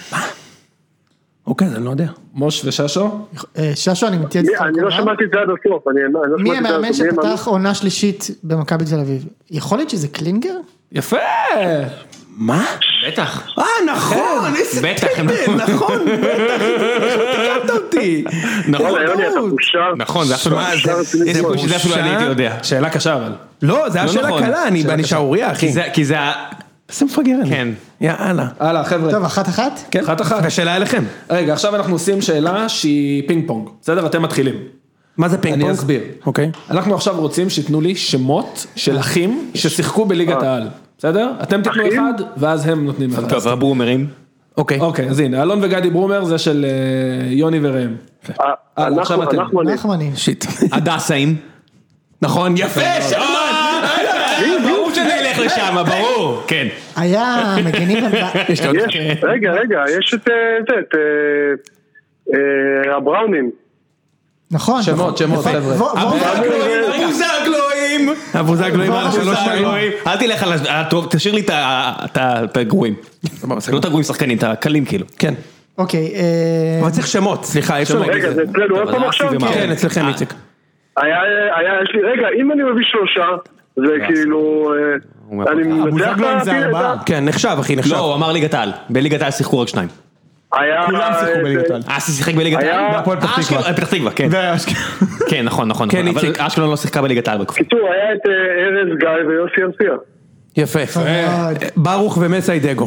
[SPEAKER 3] אוקיי, אני לא יודע.
[SPEAKER 4] מוש וששו?
[SPEAKER 6] אה, ששו, אני מתייעץ איתך.
[SPEAKER 7] אני לא שמעתי את זה עד הסוף. אני לא
[SPEAKER 6] מי
[SPEAKER 7] שמעתי את זה עד
[SPEAKER 6] המאמן
[SPEAKER 7] הסוף.
[SPEAKER 6] שפתח עונה שלישית במכבי תל אביב? יכול להיות שזה קלינגר?
[SPEAKER 4] יפה!
[SPEAKER 3] מה?
[SPEAKER 2] בטח.
[SPEAKER 3] אה, נכון, איזה
[SPEAKER 2] בטח,
[SPEAKER 3] טמבל, נכון, בטח, תקמת אותי.
[SPEAKER 2] נכון,
[SPEAKER 7] וואלה, יוני, אתה בושה.
[SPEAKER 2] נכון, זה אפילו,
[SPEAKER 7] בושה
[SPEAKER 2] זה-
[SPEAKER 7] רצינית
[SPEAKER 2] איזה
[SPEAKER 7] מאוד.
[SPEAKER 2] סיכוי שזה אפילו אני הייתי יודע.
[SPEAKER 4] שאלה קשה אבל.
[SPEAKER 3] לא, זה היה
[SPEAKER 2] לא
[SPEAKER 3] שאלה
[SPEAKER 2] נכון.
[SPEAKER 3] קלה, אני אני שעוריה, אחי.
[SPEAKER 2] כי זה, כי זה, ה-
[SPEAKER 3] איזה מפגר אני.
[SPEAKER 2] כן.
[SPEAKER 3] יאללה.
[SPEAKER 4] הלאה חבר'ה.
[SPEAKER 6] טוב, אחת אחת?
[SPEAKER 4] כן, אחת אחת.
[SPEAKER 3] השאלה אליכם.
[SPEAKER 4] רגע, עכשיו אנחנו עושים שאלה שהיא פינג פונג. בסדר? אתם מתחילים.
[SPEAKER 3] מה זה פינג פונג?
[SPEAKER 4] אני אסביר.
[SPEAKER 3] אוקיי.
[SPEAKER 4] אנחנו עכשיו רוצים שיתנו לי שמות של אחים ששיחקו בליגת העל. בסדר? אתם תתנו
[SPEAKER 7] אחים?
[SPEAKER 4] אחד, ואז הם נותנים אחד.
[SPEAKER 2] טוב, הברומרים.
[SPEAKER 3] אוקיי.
[SPEAKER 4] אוקיי, אז הנה, אלון וגדי ברומר זה של אה, יוני וראם.
[SPEAKER 7] אה,
[SPEAKER 4] הלאה, עכשיו
[SPEAKER 7] אנחנו,
[SPEAKER 4] אתם.
[SPEAKER 7] אנחנו אני.
[SPEAKER 6] נחמני.
[SPEAKER 3] שיט.
[SPEAKER 2] הדסאים.
[SPEAKER 3] נכון, יפה, שרמן.
[SPEAKER 2] ברור שנלך לשם, ברור. כן.
[SPEAKER 6] היה מגנים במ...
[SPEAKER 2] יש לי עוד
[SPEAKER 7] יש, רגע, רגע, יש את, אה, זה, את אה, אה, הבראונים.
[SPEAKER 6] נכון.
[SPEAKER 4] שמות,
[SPEAKER 6] נכון.
[SPEAKER 4] שמות,
[SPEAKER 6] יפה.
[SPEAKER 4] חבר'ה.
[SPEAKER 6] וו- וו-
[SPEAKER 2] הבוזגלואים.
[SPEAKER 3] הבוזגלואים על שלוש שתיים.
[SPEAKER 2] אל תלך על ה... טוב, תשאיר לי את ה- את ה- את הגרועים. לא את הגרועים שחקנים, את הקלים כאילו.
[SPEAKER 3] כן.
[SPEAKER 6] אוקיי, אה,
[SPEAKER 3] אבל צריך שמות, סליחה, אי אפשר
[SPEAKER 2] שמות.
[SPEAKER 3] להגיד
[SPEAKER 7] רגע,
[SPEAKER 3] את
[SPEAKER 7] זה
[SPEAKER 3] זה.
[SPEAKER 7] אצלנו עוד פעם עכשיו?
[SPEAKER 2] ומה?
[SPEAKER 3] כן, אצלכם איציק.
[SPEAKER 7] היה, היה, יש לי, רגע, אם אני מביא שלושה, זה כאילו, אה, אני מנצח
[SPEAKER 5] הבוזגלואים
[SPEAKER 7] את
[SPEAKER 5] זה
[SPEAKER 7] ה...
[SPEAKER 5] ארבעה.
[SPEAKER 3] כן, נחשב, אחי, נחשב.
[SPEAKER 2] לא, הוא אמר ליגת העל. בליגת העל שיחקו רק שניים.
[SPEAKER 7] היה...
[SPEAKER 5] כולם שיחקו
[SPEAKER 7] אה,
[SPEAKER 5] בליגת העל.
[SPEAKER 2] אסי שיחק בליגת
[SPEAKER 7] היה-
[SPEAKER 2] העל?
[SPEAKER 5] בהפועל פתח תקווה.
[SPEAKER 2] אשקלון, פתח תקווה, כן.
[SPEAKER 5] ואשכנזי.
[SPEAKER 2] כן, נכון, נכון.
[SPEAKER 3] כן,
[SPEAKER 2] נכון.
[SPEAKER 3] איציק.
[SPEAKER 2] אבל אשקלון לא שיחקה בליגת העל בתקופה.
[SPEAKER 7] קיצור, היה את אה, ארז גיא ויוסי אנפיה.
[SPEAKER 3] יפה.
[SPEAKER 6] מאוד.
[SPEAKER 3] ברוך ומסי דגו.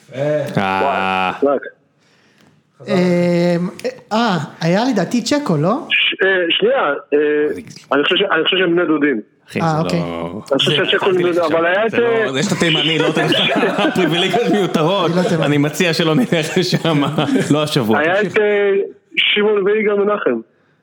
[SPEAKER 2] אה,
[SPEAKER 7] רק.
[SPEAKER 6] אה, אה, היה לדעתי צ'קו, לא?
[SPEAKER 7] ש- אה, שנייה, אה, אני חושב ש- אני חושב שהם בני דודים.
[SPEAKER 2] אחי,
[SPEAKER 6] אה,
[SPEAKER 2] זה
[SPEAKER 6] אוקיי.
[SPEAKER 2] לא...
[SPEAKER 7] אני חושב שהצ'קו הם בני דודים, אבל היה את...
[SPEAKER 2] זה לא- יש את התימני, לא תן לך פריבילגיות מיותרות.
[SPEAKER 6] לא תימני.
[SPEAKER 2] אני מציע שלא נלך לשם, לא השבוע.
[SPEAKER 7] היה את אה, שמעון ויגאל מנחם.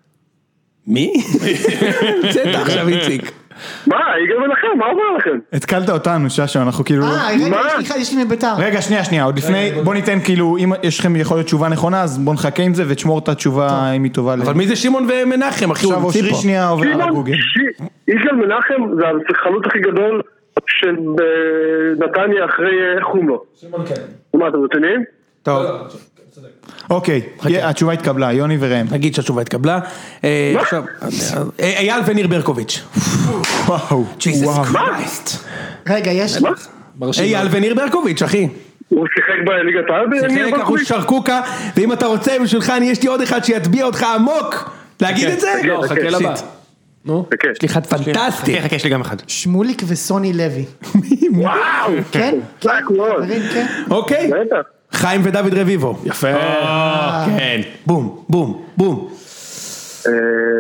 [SPEAKER 3] מי? המצאת עכשיו איציק.
[SPEAKER 7] מה, יגאל מנחם, מה אומר לכם?
[SPEAKER 5] התקלת אותנו, ששו, אנחנו כאילו...
[SPEAKER 6] אה, רגע,
[SPEAKER 7] מה?
[SPEAKER 6] יש לי אחד, יש לי מביתר.
[SPEAKER 5] רגע, שנייה, שנייה, עוד לפני, בוא ניתן כאילו, אם יש לכם יכול להיות תשובה נכונה, אז בוא נחכה עם זה ותשמור את התשובה אם היא טובה.
[SPEAKER 3] אבל מי זה שמעון ומנחם, אחי, הוא
[SPEAKER 5] עכשיו
[SPEAKER 3] המציא
[SPEAKER 5] אושרי
[SPEAKER 3] פה.
[SPEAKER 5] שנייה עובר על
[SPEAKER 7] שמעון,
[SPEAKER 5] הגוגל.
[SPEAKER 7] ש- יגאל מנחם זה החלוץ הכי גדול של אה, נתניה אחרי אה, חומלו.
[SPEAKER 4] שמעון כן.
[SPEAKER 7] מה, אתם רציניים?
[SPEAKER 5] טוב. אוקיי, התשובה התקבלה, יוני וראם.
[SPEAKER 3] נגיד שהתשובה התקבלה. אה, עכשיו, אה, אייל וניר ברקוביץ'.
[SPEAKER 5] וואו,
[SPEAKER 3] ג'יזוס
[SPEAKER 5] וואו.
[SPEAKER 3] קרייסט.
[SPEAKER 6] רגע, יש...
[SPEAKER 4] מרשים.
[SPEAKER 3] אייל וניר ברקוביץ', אחי.
[SPEAKER 7] הוא שיחק בליגת העל?
[SPEAKER 3] שיחק אחוז שרקוקה, ואם אתה רוצה בשבילך, אני יש לי עוד אחד שיטביע אותך עמוק. להגיד את זה?
[SPEAKER 4] לא, חכה לבא. נו.
[SPEAKER 7] כן.
[SPEAKER 3] יש לי אחד פנטסטי.
[SPEAKER 2] חכה, חכה, יש לי גם אחד.
[SPEAKER 6] שמוליק וסוני לוי.
[SPEAKER 7] וואו!
[SPEAKER 6] כן? כן?
[SPEAKER 7] חזק מאוד.
[SPEAKER 6] חברים, כן?
[SPEAKER 3] אוקיי.
[SPEAKER 7] בטח.
[SPEAKER 3] חיים ודוד רביבו.
[SPEAKER 4] יפה.
[SPEAKER 2] כן.
[SPEAKER 3] בום, בום, בום.
[SPEAKER 7] אה,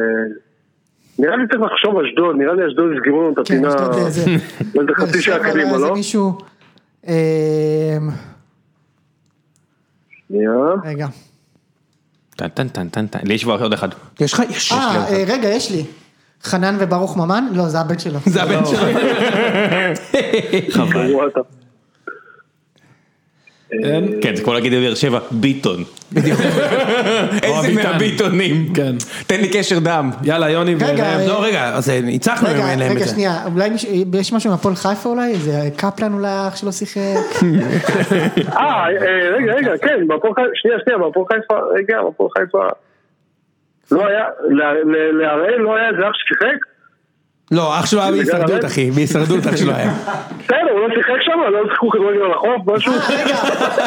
[SPEAKER 7] נראה לי צריך לחשוב אשדוד, נראה לי אשדוד יסגרו לנו את
[SPEAKER 6] כן,
[SPEAKER 7] הפינה.
[SPEAKER 6] אשדוד זה...
[SPEAKER 7] איזה חצי שעה קדימה,
[SPEAKER 6] זה
[SPEAKER 7] לא?
[SPEAKER 6] מישהו... אה,
[SPEAKER 7] שנייה.
[SPEAKER 6] רגע.
[SPEAKER 2] טן, טן, טן, טן, טן. לי יש כבר עוד אחד.
[SPEAKER 3] יש לך? יש.
[SPEAKER 6] אה, אה, רגע, יש לי. חנן וברוך ממן? לא, זה הבן שלו.
[SPEAKER 3] זה הבן שלו.
[SPEAKER 2] חבל.
[SPEAKER 7] גרוע אתה.
[SPEAKER 2] כן, זה כמו להגיד בבאר שבע, ביטון. איזה מהביטונים.
[SPEAKER 4] כן.
[SPEAKER 2] תן לי קשר דם.
[SPEAKER 4] יאללה, יוני
[SPEAKER 6] רגע,
[SPEAKER 4] וראם.
[SPEAKER 6] אה,
[SPEAKER 3] לא, רגע, אז ניצחנו
[SPEAKER 6] רגע,
[SPEAKER 3] להם את
[SPEAKER 6] רגע,
[SPEAKER 3] זה.
[SPEAKER 6] שנייה, אולי מישהו- יש משהו מהפועל חיפה אולי? זה קפלן אולי אח שלא שיחק?
[SPEAKER 7] אה, אה, רגע, רגע, כן, בהפועל חיפה, שנייה, שנייה, בהפועל חיפה, רגע, בהפועל חיפה, לא היה, ל- ל- להראל לא היה איזה אח ששיחק?
[SPEAKER 3] לא, אח שלו היה בהישרדות,
[SPEAKER 7] באמת?
[SPEAKER 3] אחי, בהישרדות אח שלו היה.
[SPEAKER 7] בסדר, הוא לא שיחק שם, לא שיחקו כדורגל על החוף, משהו?
[SPEAKER 6] אה, רגע,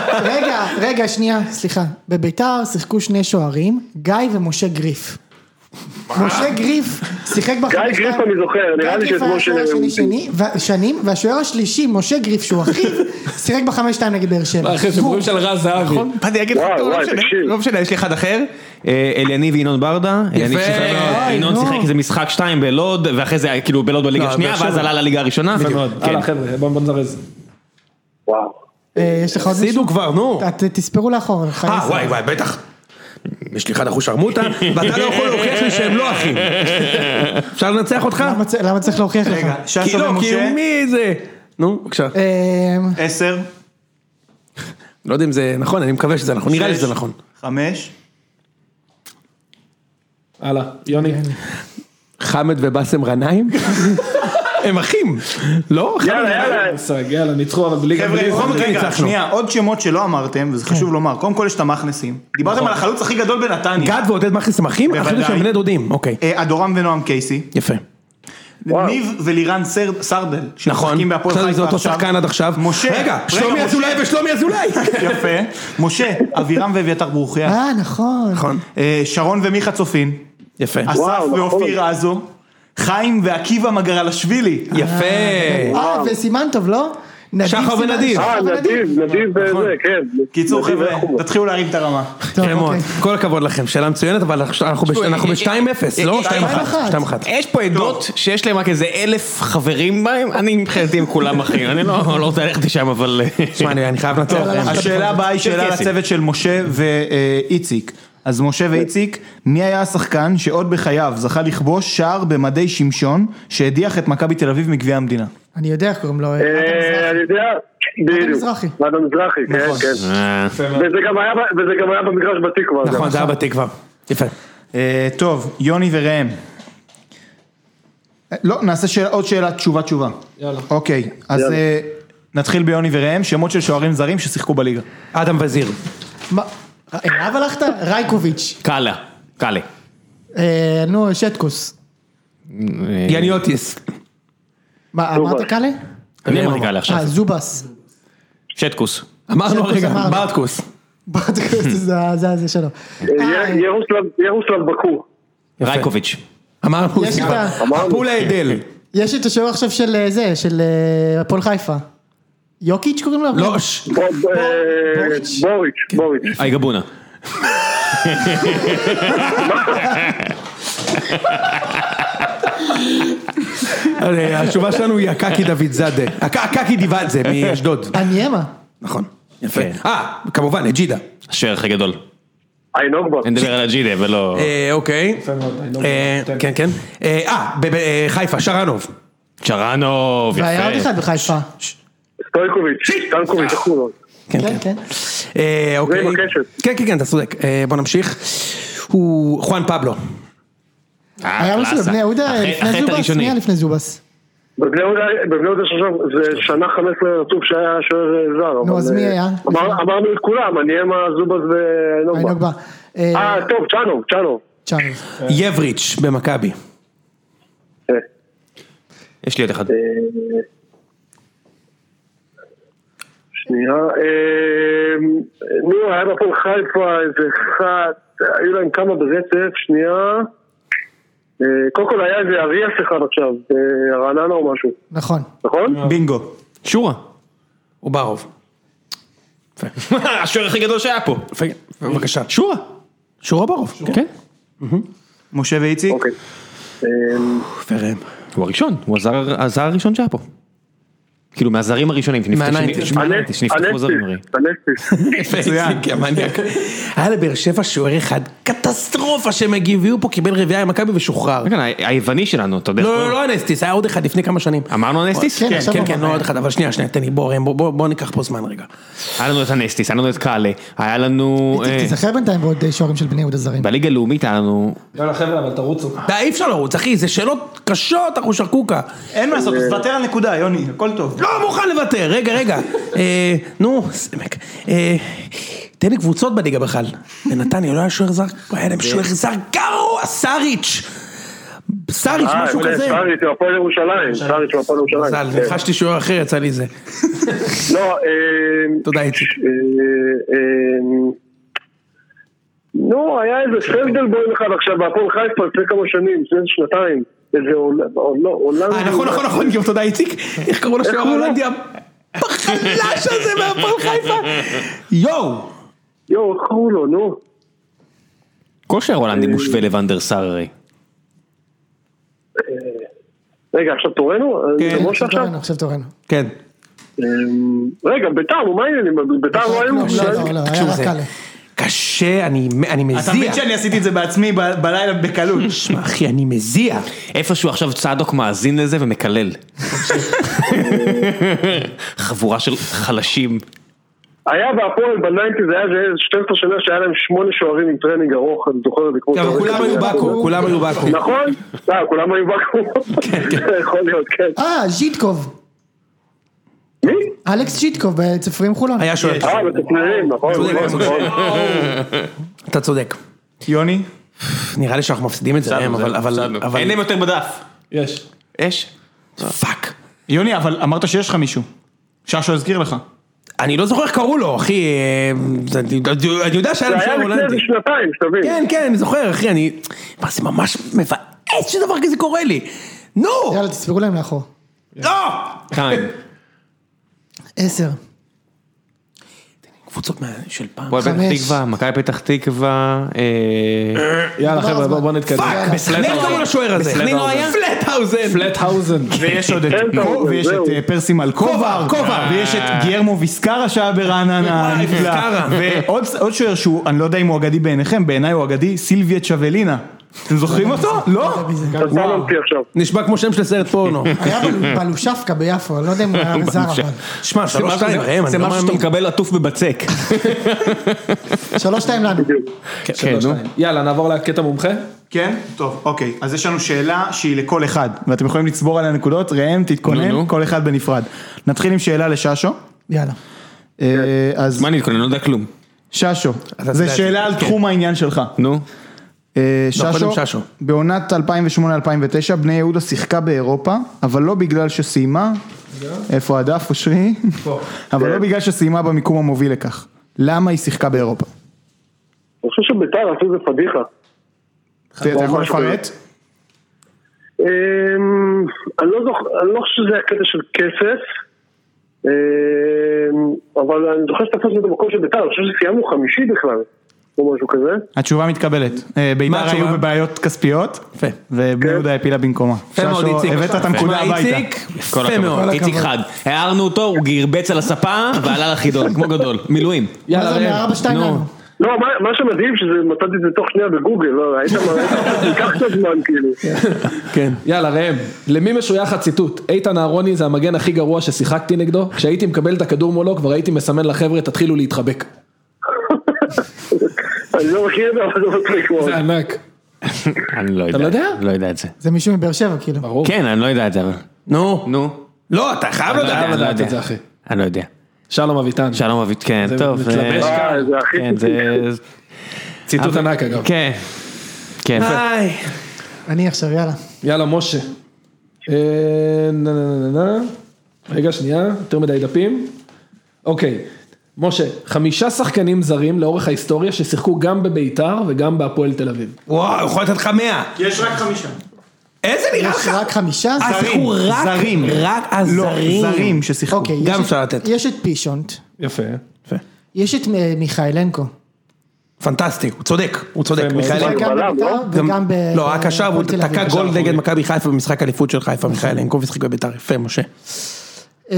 [SPEAKER 6] רגע, רגע, שנייה, סליחה. בביתר שיחקו שני שוערים, גיא ומשה גריף. משה גריף שיחק בחמש...
[SPEAKER 7] גיא גריף אני זוכר, נראה לי שזה משה...
[SPEAKER 6] שנים, והשוער השלישי, משה גריף, שהוא אחיו, שיחק בחמש שתיים נגד באר שבע.
[SPEAKER 4] אחרי סיפורים של רז זהבי.
[SPEAKER 2] אני אגיד לך, לא משנה, יש לי אחד אחר, אליניב וינון ברדה, ינון שיחק איזה משחק שתיים בלוד, ואחרי זה כאילו בלוד בליגה השנייה, ואז עלה לליגה הראשונה.
[SPEAKER 4] הלאה חבר'ה, בוא נזרז.
[SPEAKER 7] וואו.
[SPEAKER 6] יש לך עוד מישהו?
[SPEAKER 3] סידו כבר, נו.
[SPEAKER 6] תספרו לאחור.
[SPEAKER 3] אה, וואי, וואי, בטח. יש לי אחד אחוז שרמוטה, ואתה לא יכול להוכיח לי שהם לא אחים. אפשר לנצח אותך?
[SPEAKER 6] למה צריך להוכיח לך?
[SPEAKER 5] רגע, ששו
[SPEAKER 3] כי לא, כי
[SPEAKER 5] ומשה,
[SPEAKER 3] מי זה? נו, בבקשה.
[SPEAKER 5] עשר,
[SPEAKER 3] לא יודע אם זה נכון, אני מקווה שזה נכון, נראה לי שזה נכון.
[SPEAKER 5] חמש,
[SPEAKER 4] הלאה, יוני.
[SPEAKER 3] חמד ובאסם רנאים? הם אחים, לא?
[SPEAKER 7] יאללה, יאללה.
[SPEAKER 4] יאללה, ניצחו אבל בליגה.
[SPEAKER 5] חבר'ה, רגע, שנייה, עוד שמות שלא אמרתם, וזה חשוב לומר, קודם כל יש את המכנסים, דיברתם על החלוץ הכי גדול בנתניה,
[SPEAKER 3] גד ועודד מכניס הם אחים? אחרי שהם בני דודים, אוקיי.
[SPEAKER 5] אדורם ונועם קייסי,
[SPEAKER 3] יפה.
[SPEAKER 5] ניב ולירן סרדל,
[SPEAKER 3] נכון,
[SPEAKER 5] שמשחקים בהפועל
[SPEAKER 3] זה
[SPEAKER 5] חיפה
[SPEAKER 3] אותו
[SPEAKER 5] עכשיו,
[SPEAKER 3] שחקן עד עכשיו.
[SPEAKER 5] משה,
[SPEAKER 3] רגע,
[SPEAKER 5] רגע,
[SPEAKER 3] שלומי
[SPEAKER 5] משה.
[SPEAKER 3] אזולאי ושלומי אזולאי.
[SPEAKER 5] יפה, משה, אבירם ואביתר ברוכיה,
[SPEAKER 6] אה, נכון.
[SPEAKER 3] נכון,
[SPEAKER 5] אה, שרון ומיכה צופין,
[SPEAKER 3] יפה.
[SPEAKER 5] אסף
[SPEAKER 7] וואו,
[SPEAKER 5] ואופיר רזו, חיים ועקיבא מגרלשווילי,
[SPEAKER 3] יפה.
[SPEAKER 6] אה, וסימן טוב, לא?
[SPEAKER 3] שחר ונדיב.
[SPEAKER 7] אה, נדיב, נדיב וזה, כן.
[SPEAKER 5] קיצור חבר'ה, תתחילו להרים את הרמה.
[SPEAKER 6] טוב,
[SPEAKER 3] יפה מאוד.
[SPEAKER 6] אוקיי.
[SPEAKER 3] כל הכבוד לכם, שאלה מצוינת, אבל אנחנו ב-שתיים אפס, לא? שתיים אחת. שתיים אחת.
[SPEAKER 2] יש פה עדות שיש להם רק איזה אלף חברים בהם, אני מבחינתי עם כולם אחים, אני לא רוצה ללכת לשם, אבל...
[SPEAKER 3] תשמע, אני חייב לנצח.
[SPEAKER 5] השאלה הבאה היא שאלה לצוות של משה ואיציק. אז משה ואיציק, מי היה השחקן שעוד בחייו זכה לכבוש שער במדי שמשון שהדיח את מכבי תל אביב מגביע המדינה?
[SPEAKER 6] אני יודע, קוראים לו...
[SPEAKER 7] אני יודע, בדיוק.
[SPEAKER 6] מזרחי.
[SPEAKER 7] אדם מזרחי, כן, כן. וזה גם היה במגרש בתקווה.
[SPEAKER 3] נכון, זה היה בתקווה. יפה.
[SPEAKER 5] טוב, יוני וראם. לא, נעשה עוד שאלה, תשובה, תשובה.
[SPEAKER 4] יאללה.
[SPEAKER 5] אוקיי, אז נתחיל ביוני וראם, שמות של שוערים זרים ששיחקו בליגה.
[SPEAKER 3] אדם וזיר.
[SPEAKER 6] מה? אליו הלכת? רייקוביץ'.
[SPEAKER 2] קאלה, קאלה.
[SPEAKER 6] נו, שטקוס.
[SPEAKER 3] יניוטיס.
[SPEAKER 6] מה, אמרת קאלה?
[SPEAKER 2] אני אמרתי קאלה עכשיו.
[SPEAKER 6] אה, זובס.
[SPEAKER 2] שטקוס.
[SPEAKER 3] אמרנו
[SPEAKER 6] שטקוס
[SPEAKER 3] רגע,
[SPEAKER 6] אמרנו.
[SPEAKER 3] ברטקוס.
[SPEAKER 6] ברטקוס, זה זה שלו.
[SPEAKER 7] ירוסלב בקו.
[SPEAKER 2] רייקוביץ'.
[SPEAKER 3] אמרנו,
[SPEAKER 6] יש את ה-
[SPEAKER 3] הפולה אדל.
[SPEAKER 6] יש את השוער עכשיו של זה, של הפועל חיפה. יוקיץ' קוראים לו?
[SPEAKER 3] לא, ש-
[SPEAKER 7] בוריץ', בוריץ'.
[SPEAKER 2] אי גבונה.
[SPEAKER 3] התשובה שלנו היא הקקי דוד זאדה. הקקי דיבדזה מאשדוד.
[SPEAKER 6] אניימה.
[SPEAKER 3] נכון, יפה. אה, כמובן, אג'ידה.
[SPEAKER 2] השוער הכי גדול.
[SPEAKER 7] אי נוגבה.
[SPEAKER 2] אני מדבר על הג'ידה ולא...
[SPEAKER 3] אה, אוקיי. אה, כן, כן. אה, בחיפה, שרנוב.
[SPEAKER 2] צ'רנוב,
[SPEAKER 6] והיה עוד
[SPEAKER 2] יפה.
[SPEAKER 6] אחד בחיפה.
[SPEAKER 7] סטויקוביץ', סטנקוביץ', איך הוא
[SPEAKER 3] כן,
[SPEAKER 6] כן,
[SPEAKER 3] כן.
[SPEAKER 6] כן.
[SPEAKER 3] אה, אוקיי.
[SPEAKER 7] עם הקשת.
[SPEAKER 3] כן, כן, כן, אתה צודק. אה, בוא נמשיך. הוא חואן פבלו.
[SPEAKER 6] היה משהו בבני יהודה לפני זובס? מי היה לפני זובס?
[SPEAKER 7] בבני יהודה זה שנה חמש עשרה רצוף שהיה שוער זר.
[SPEAKER 6] נו, אז מי היה?
[SPEAKER 7] אמרנו את כולם, אניימה, זובס ואי נוגבה. אה, טוב, צ'אנוב, צ'אנוב.
[SPEAKER 6] צ'אנוב.
[SPEAKER 3] יבריץ' במכבי.
[SPEAKER 2] יש לי עוד אחד.
[SPEAKER 7] שנייה, נו, היה בפועל חיפה איזה אחד, היו להם כמה ברצף, שנייה, קודם כל היה איזה אריאס אחד עכשיו, רעננה או משהו,
[SPEAKER 6] נכון.
[SPEAKER 7] נכון?
[SPEAKER 5] בינגו.
[SPEAKER 2] שורה.
[SPEAKER 3] הוא ברוב.
[SPEAKER 2] השוער הכי גדול שהיה פה.
[SPEAKER 3] בבקשה.
[SPEAKER 2] שורה.
[SPEAKER 3] שורה ברוב. כן.
[SPEAKER 5] משה ואיציק.
[SPEAKER 7] אוקיי.
[SPEAKER 3] פרם.
[SPEAKER 2] הוא הראשון, הוא הזר הזר הראשון שהיה פה. כאילו מהזרים הראשונים
[SPEAKER 3] מהניינטיז.
[SPEAKER 2] שנפתחו זרים הרי.
[SPEAKER 7] הנקסיס.
[SPEAKER 3] מצוין. היה לבאר שבע שוער אחד, קטסטרופה שהם הגיעו פה, קיבל רביעי עם מכבי ושוחרר.
[SPEAKER 2] כן, היווני שלנו, אתה יודע.
[SPEAKER 3] לא, לא, לא הנסטיס, היה עוד אחד לפני כמה שנים.
[SPEAKER 2] אמרנו הנסטיס?
[SPEAKER 6] כן, עכשיו
[SPEAKER 3] כן, כן,
[SPEAKER 6] אמרנו.
[SPEAKER 3] לא עוד אחד, אבל שנייה, שנייה, תן לי, בוא, ראם, בוא, בוא ניקח פה זמן רגע.
[SPEAKER 2] היה לנו את הנסטיס, היה לנו את קאלה, היה לנו...
[SPEAKER 6] איציק, תזכר בינתיים בעוד שוערים של בני יהודה זרים.
[SPEAKER 2] בליגה הלאומית היה לנו...
[SPEAKER 4] יאללה חבר'ה, אבל תרוצו.
[SPEAKER 3] די, אי אפשר לרוץ, אחי, זה שאלות קשות, אנחנו שרקוקה.
[SPEAKER 5] אין מה לעשות, אז תוותר על נקודה, יוני, הכל טוב.
[SPEAKER 3] לא מוכן לוותר, רגע, רגע. אה, נו, סמק. אה, תן לי קבוצות בליגה בכלל. בנתניה, לא היה שוער זר, היה להם שוער זר גרוע, סאריץ'. סאריץ', משהו כזה.
[SPEAKER 7] סאריץ', הפועל ירושלים, סאריץ', הפועל ירושלים.
[SPEAKER 3] מזל, נחשתי שוער אחר, יצא לי זה.
[SPEAKER 7] לא,
[SPEAKER 3] תודה, איציק.
[SPEAKER 7] נו, היה איזה פלדלבוים אחד עכשיו בהפועל חיפה לפני כמה שנים, לפני שנתיים. איזה עולם...
[SPEAKER 3] אה, נכון, נכון, נכון, גם תודה איציק. איך קראו לו שוער ההולנדי בחלש הזה מהפועל חיפה? יואו!
[SPEAKER 7] יואו, איך קראו לו, נו.
[SPEAKER 2] כל שוער הולנדי מושווה לוונדר סאר הרי.
[SPEAKER 7] רגע, עכשיו תורנו?
[SPEAKER 6] כן, עכשיו תורנו, עכשיו תורנו.
[SPEAKER 3] כן.
[SPEAKER 7] רגע, ביתר, מה העניינים? ביתר לא היו?
[SPEAKER 6] לא, לא, היה רק קלה.
[SPEAKER 3] קשה, אני מזיע.
[SPEAKER 5] אתה מבין שאני עשיתי את זה בעצמי בלילה בקלות.
[SPEAKER 3] שמע אחי, אני מזיע.
[SPEAKER 2] איפשהו עכשיו צדוק מאזין לזה ומקלל. חבורה של חלשים.
[SPEAKER 7] היה בהפועל בניינטיז, זה היה שתים עשרה שנה שהיה להם שמונה שוערים עם טרנינג ארוך, אני זוכר את זה כמו...
[SPEAKER 3] אבל כולם היו בקו, כולם היו בקו.
[SPEAKER 7] נכון? אה, כולם היו בקו. יכול להיות, כן.
[SPEAKER 6] אה, ז'יטקוב.
[SPEAKER 7] מי?
[SPEAKER 6] אלכס ז'יטקוב בצפרים חולון.
[SPEAKER 3] היה שוער.
[SPEAKER 7] אה, בצפרים, נכון.
[SPEAKER 3] אתה צודק.
[SPEAKER 5] יוני?
[SPEAKER 3] נראה לי שאנחנו מפסידים את זה, אבל...
[SPEAKER 2] אין להם יותר בדף.
[SPEAKER 4] יש.
[SPEAKER 2] יש?
[SPEAKER 3] פאק.
[SPEAKER 5] יוני, אבל אמרת שיש לך מישהו. ששו הזכיר לך.
[SPEAKER 3] אני לא זוכר איך קראו לו, אחי, אני יודע שהיה להם שוער הולנדי.
[SPEAKER 7] זה היה לפני שנתיים, שתבין.
[SPEAKER 3] כן, כן, אני זוכר, אחי, אני... מה, זה ממש מבאס שדבר כזה קורה לי. נו!
[SPEAKER 6] יאללה, תספרו להם לאחור.
[SPEAKER 3] לא!
[SPEAKER 2] קיים.
[SPEAKER 6] עשר.
[SPEAKER 3] קבוצות של פעם.
[SPEAKER 2] פועל פתח תקווה, מכבי פתח תקווה.
[SPEAKER 4] יאללה חבר'ה, בואו נתקדם.
[SPEAKER 3] פאק, בסכנין קראו לשוער הזה.
[SPEAKER 2] בסכנין לא היה?
[SPEAKER 3] פלטהאוזן.
[SPEAKER 4] פלטהאוזן.
[SPEAKER 5] ויש עוד את ויש את פרסי מלקובר, ויש את גיירמו ויסקרה שהיה ברעננה הנפלא, ועוד שוער שהוא, אני לא יודע אם הוא אגדי בעיניכם, בעיניי הוא אגדי, סילביה צ'אבלינה. אתם זוכרים אותו? לא?
[SPEAKER 3] נשמע כמו שם של סרט פורנו.
[SPEAKER 6] היה בלושפקה ביפו, אני לא יודע אם הוא היה זר אבל.
[SPEAKER 3] שמע, שלוש שתיים, ראם,
[SPEAKER 2] זה משהו שאתה מקבל עטוף בבצק.
[SPEAKER 6] שלוש שתיים לנו.
[SPEAKER 2] כן, נו.
[SPEAKER 4] יאללה, נעבור לקטע מומחה.
[SPEAKER 5] כן? טוב, אוקיי. אז יש לנו שאלה שהיא לכל אחד, ואתם יכולים לצבור על הנקודות, ראם, תתכונן, כל אחד בנפרד. נתחיל עם שאלה לששו.
[SPEAKER 6] יאללה.
[SPEAKER 5] אז...
[SPEAKER 2] מה נתכונן? לא יודע כלום.
[SPEAKER 5] ששו, זה שאלה על תחום העניין שלך.
[SPEAKER 2] נו.
[SPEAKER 5] ששו, בעונת אלפיים ושמונה אלפיים ותשע בני יהודה שיחקה באירופה, אבל לא בגלל שסיימה, איפה הדף אושרי? אבל לא בגלל שסיימה במיקום המוביל לכך. למה היא שיחקה באירופה?
[SPEAKER 7] אני חושב שביתר עשו זה פדיחה.
[SPEAKER 5] אתה יכול לפרט?
[SPEAKER 7] אני לא חושב שזה הקטע של כסף, אבל אני זוכר שתפסנו את המקום של ביתר, אני חושב שסיימנו חמישי בכלל. או משהו כזה.
[SPEAKER 5] התשובה מתקבלת. ביתר היו בבעיות כספיות, ובני יהודה הפילה במקומה.
[SPEAKER 3] ששו,
[SPEAKER 5] הבאת את הנקודה הביתה.
[SPEAKER 3] יפה מאוד.
[SPEAKER 2] איציק חד. הערנו אותו, הוא גרבץ על הספה, ועלה לחידון, כמו גדול. מילואים.
[SPEAKER 6] יאללה, ראם. ארבע שתיים לנו.
[SPEAKER 7] לא, מה שמדהים שזה מצאתי את זה תוך שנייה בגוגל, לא, היית מראה, קצת זמן כאילו.
[SPEAKER 3] כן.
[SPEAKER 4] יאללה ראם, למי משוייך הציטוט? איתן אהרוני זה המגן הכי גרוע ששיחקתי נגדו, כשהייתי מקבל את הכדור מולו, כבר הייתי מסמן לחבר'ה, תתחילו להתחבק.
[SPEAKER 7] אני לא מכיר את זה, אבל זה מצחיק מאוד.
[SPEAKER 4] זה ענק.
[SPEAKER 2] אני לא יודע.
[SPEAKER 4] אתה לא יודע?
[SPEAKER 2] לא יודע את זה.
[SPEAKER 6] זה מישהו מבאר שבע כאילו.
[SPEAKER 4] ברור.
[SPEAKER 2] כן, אני לא יודע את זה, אבל...
[SPEAKER 3] נו.
[SPEAKER 2] נו.
[SPEAKER 3] לא, אתה חייב
[SPEAKER 2] אני לא
[SPEAKER 3] לדעת.
[SPEAKER 2] יודע, אני לא
[SPEAKER 4] לדעת את זה,
[SPEAKER 2] יודע.
[SPEAKER 4] אחי.
[SPEAKER 2] אני לא יודע.
[SPEAKER 4] שלום אביטן.
[SPEAKER 2] שלום אביט, כן,
[SPEAKER 4] זה
[SPEAKER 2] טוב.
[SPEAKER 4] מתלבש
[SPEAKER 2] אה,
[SPEAKER 4] כאן.
[SPEAKER 7] זה הכי
[SPEAKER 2] כן, זה...
[SPEAKER 4] ציטוט ענק אגב.
[SPEAKER 2] כן. כן.
[SPEAKER 3] היי.
[SPEAKER 6] אני עכשיו, יאללה.
[SPEAKER 4] יאללה משה. אה, נה נה נה נה. רגע שנייה, יותר מדי דפים. אוקיי. משה, חמישה שחקנים זרים לאורך ההיסטוריה ששיחקו גם בביתר וגם בהפועל תל אביב.
[SPEAKER 3] וואו, יכול לתת לך מאה.
[SPEAKER 5] יש רק חמישה.
[SPEAKER 3] איזה נראה
[SPEAKER 6] יש
[SPEAKER 3] לך?
[SPEAKER 6] רק חמישה?
[SPEAKER 3] אה, שיחקו רק,
[SPEAKER 5] זרים.
[SPEAKER 3] רק
[SPEAKER 5] לא,
[SPEAKER 3] הזרים.
[SPEAKER 5] זרים ששיחקו.
[SPEAKER 6] אוקיי,
[SPEAKER 3] גם
[SPEAKER 6] יש את-
[SPEAKER 3] אפשר לתת.
[SPEAKER 6] יש את פישונט,
[SPEAKER 4] יפה. יפה.
[SPEAKER 6] יש את אה, מיכאלנקו.
[SPEAKER 3] פנטסטי, הוא צודק, הוא צודק.
[SPEAKER 4] מאוד.
[SPEAKER 3] מיכאלנקו.
[SPEAKER 6] גם
[SPEAKER 7] בלם,
[SPEAKER 6] בביתר
[SPEAKER 7] לא?
[SPEAKER 6] וגם ב...
[SPEAKER 3] לא, הקשר, הוא
[SPEAKER 6] בהפועל תל אביב.
[SPEAKER 3] תקע גול נגד מכבי חיפה במשחק אליפות של חיפה, מיכאלנקו, ושיחק בביתר. יפה, משה.
[SPEAKER 6] אה,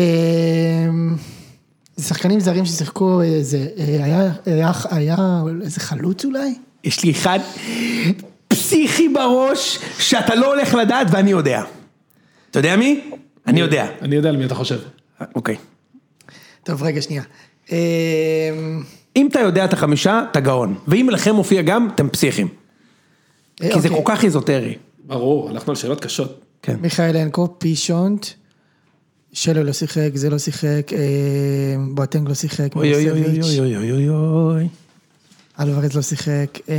[SPEAKER 6] זה שחקנים זרים ששיחקו, איזה, אה, היה, היה, היה איזה חלוץ אולי?
[SPEAKER 3] יש לי אחד פסיכי בראש, שאתה לא הולך לדעת ואני יודע. אתה יודע מי? אני יודע.
[SPEAKER 4] אני יודע על מי אתה חושב.
[SPEAKER 3] אוקיי.
[SPEAKER 6] טוב, רגע, שנייה. אה,
[SPEAKER 3] אם אתה יודע את החמישה, אתה גאון. ואם לכם מופיע גם, אתם פסיכים. כי זה כל
[SPEAKER 6] אוקיי.
[SPEAKER 3] כך איזוטרי.
[SPEAKER 4] ברור, הלכנו על שאלות קשות.
[SPEAKER 3] כן.
[SPEAKER 6] מיכאלנקו, פישונט, שלו לא שיחק, זה לא שיחק, אה, בואטנג לא שיחק,
[SPEAKER 3] אוי אוי אוי
[SPEAKER 6] מילוסביץ',
[SPEAKER 3] אוי אוי אוי אוי.
[SPEAKER 6] אלוורז לא שיחק, אה,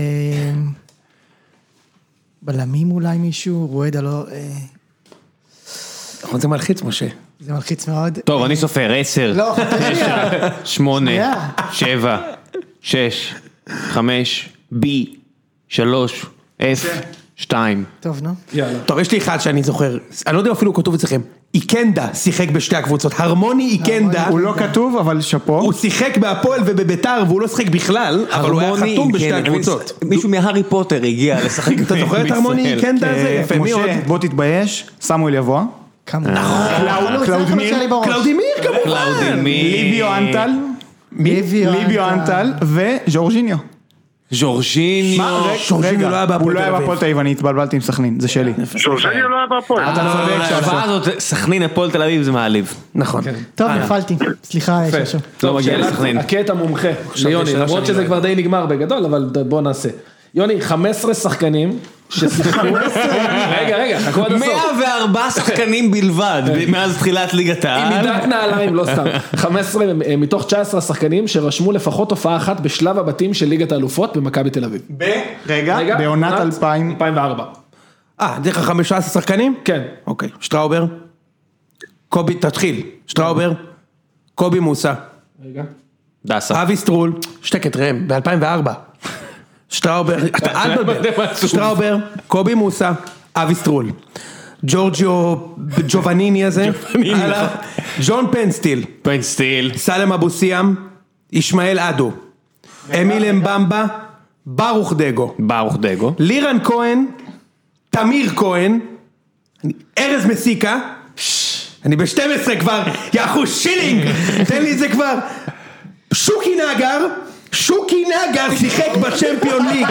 [SPEAKER 6] בלמים אולי מישהו, רואדה לא, אה,
[SPEAKER 3] נכון, זה מלחיץ, משה.
[SPEAKER 6] זה מלחיץ מאוד.
[SPEAKER 2] טוב, אני סופר, עשר,
[SPEAKER 6] לא, חכה שנייה.
[SPEAKER 2] שמונה,
[SPEAKER 6] שנייה.
[SPEAKER 2] שבע, שש, חמש, בי, שלוש, אף, שתיים.
[SPEAKER 6] טוב, נו.
[SPEAKER 4] יאללה.
[SPEAKER 3] טוב, יש לי אחד שאני זוכר, אני לא יודע אפילו כתוב אצלכם, איקנדה שיחק בשתי הקבוצות, הרמוני איקנדה,
[SPEAKER 5] הוא לא כתוב, אבל שפו.
[SPEAKER 3] הוא שיחק בהפועל ובביתר והוא לא שיחק בכלל, אבל הוא היה חתום בשתי הקבוצות.
[SPEAKER 2] מישהו מהארי פוטר הגיע לשחק בישראל.
[SPEAKER 3] אתה זוכר את הרמוני איקנדה הזה? יפה, מי עוד?
[SPEAKER 5] משה, בוא תתבייש, סמואל יבוא. קלאודימיר,
[SPEAKER 3] קלאודימיר כמובן.
[SPEAKER 5] ליביו אנטל, ליביו אנטל וז'ורג'יניו.
[SPEAKER 2] ז'ורג'יניו.
[SPEAKER 3] ז'ורג'יניו לא היה בהפועל
[SPEAKER 5] הוא לא היה
[SPEAKER 3] תל אביב.
[SPEAKER 5] בהפועל תל אביב, אני התבלבלתי עם סכנין, זה שלי.
[SPEAKER 7] שורשניה לא היה בהפועל.
[SPEAKER 5] אתה צודק,
[SPEAKER 2] ההשוואה הזאת, סכנין הפועל תל אביב זה מעליב.
[SPEAKER 3] נכון.
[SPEAKER 6] טוב, נפלתי. סליחה, ששו.
[SPEAKER 2] לא מגיע
[SPEAKER 4] שאלה,
[SPEAKER 2] לסכנין.
[SPEAKER 4] הקטע מומחה ליוני,
[SPEAKER 3] שאלה
[SPEAKER 4] למרות
[SPEAKER 3] שאני
[SPEAKER 4] שזה
[SPEAKER 3] לא
[SPEAKER 4] כבר די נגמר בגדול, אבל בוא נעשה. יוני, חמש עשרה שחקנים ששיחקו, רגע, רגע, חכו עד הסוף.
[SPEAKER 2] מאה וארבע שחקנים בלבד, מאז תחילת ליגת
[SPEAKER 4] עם
[SPEAKER 2] העל.
[SPEAKER 4] מידת נעליים, לא סתם. חמש עשרה מתוך תשע עשרה שחקנים שרשמו לפחות הופעה אחת בשלב הבתים של ליגת האלופות במכבי תל אביב.
[SPEAKER 5] רגע, בעונת אלפיים.
[SPEAKER 4] אלפיים וארבע.
[SPEAKER 3] אה, דרך ה-חמישה עשר שחקנים?
[SPEAKER 4] כן.
[SPEAKER 3] אוקיי, שטראובר. קובי, תתחיל. שטראובר. קובי מוסה.
[SPEAKER 4] רגע.
[SPEAKER 2] דסה.
[SPEAKER 3] אבי סטרול. שתקת רם, ב-אלפיים וארבע. שטראובר, אתה אל תבלבל. שטראובר, קובי מוסה, אבי סטרול. ג'ורג'יו ג'ובניני הזה. הלאה. ג'ון פנסטיל.
[SPEAKER 2] פנסטיל.
[SPEAKER 3] סלם אבו סיאם. ישמעאל אדו. אמיל אמבמבה. ברוך דגו.
[SPEAKER 2] ברוך דגו.
[SPEAKER 3] לירן כהן. תמיר כהן. ארז מסיקה. אני ב-שתים עשרה כבר. יאחו שילינג. תן לי את זה כבר. שוקי נגר. שוקי נגר שיחק בצ'מפיון ליג.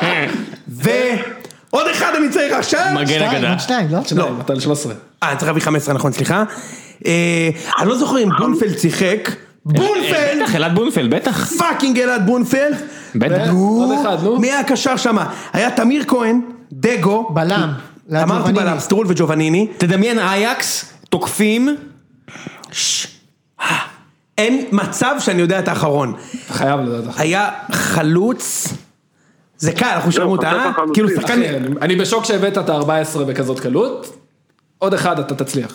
[SPEAKER 3] ועוד אחד אני צריך עכשיו.
[SPEAKER 2] מגן אגדה.
[SPEAKER 6] עוד שתיים, לא?
[SPEAKER 4] לא, אתה ל-שלוש עשרה.
[SPEAKER 3] אה, אני צריך להביא חמש עשרה, נכון, סליחה. אני לא זוכר אם בונפלד שיחק. בונפלד!
[SPEAKER 2] בטח, אלעד בונפלד, בטח.
[SPEAKER 3] פאקינג אלעד בונפלד.
[SPEAKER 2] בטח.
[SPEAKER 4] עוד אחד, נו.
[SPEAKER 3] מי היה הקשר שם? היה תמיר כהן, דגו.
[SPEAKER 6] בלם.
[SPEAKER 3] אמרתי בלם, סטרול וג'ובניני.
[SPEAKER 2] תדמיין אייקס, תוקפים.
[SPEAKER 3] אין מצב שאני יודע את האחרון.
[SPEAKER 4] חייב לדעת.
[SPEAKER 3] היה חלוץ. זה קל, אנחנו שומעים אותה, אה?
[SPEAKER 7] חלוצים.
[SPEAKER 3] כאילו שחקן...
[SPEAKER 4] אחי, אני- אני בשוק שהבאת את ה-ארבע עשרה בכזאת קלות. עוד אחד אתה תצליח.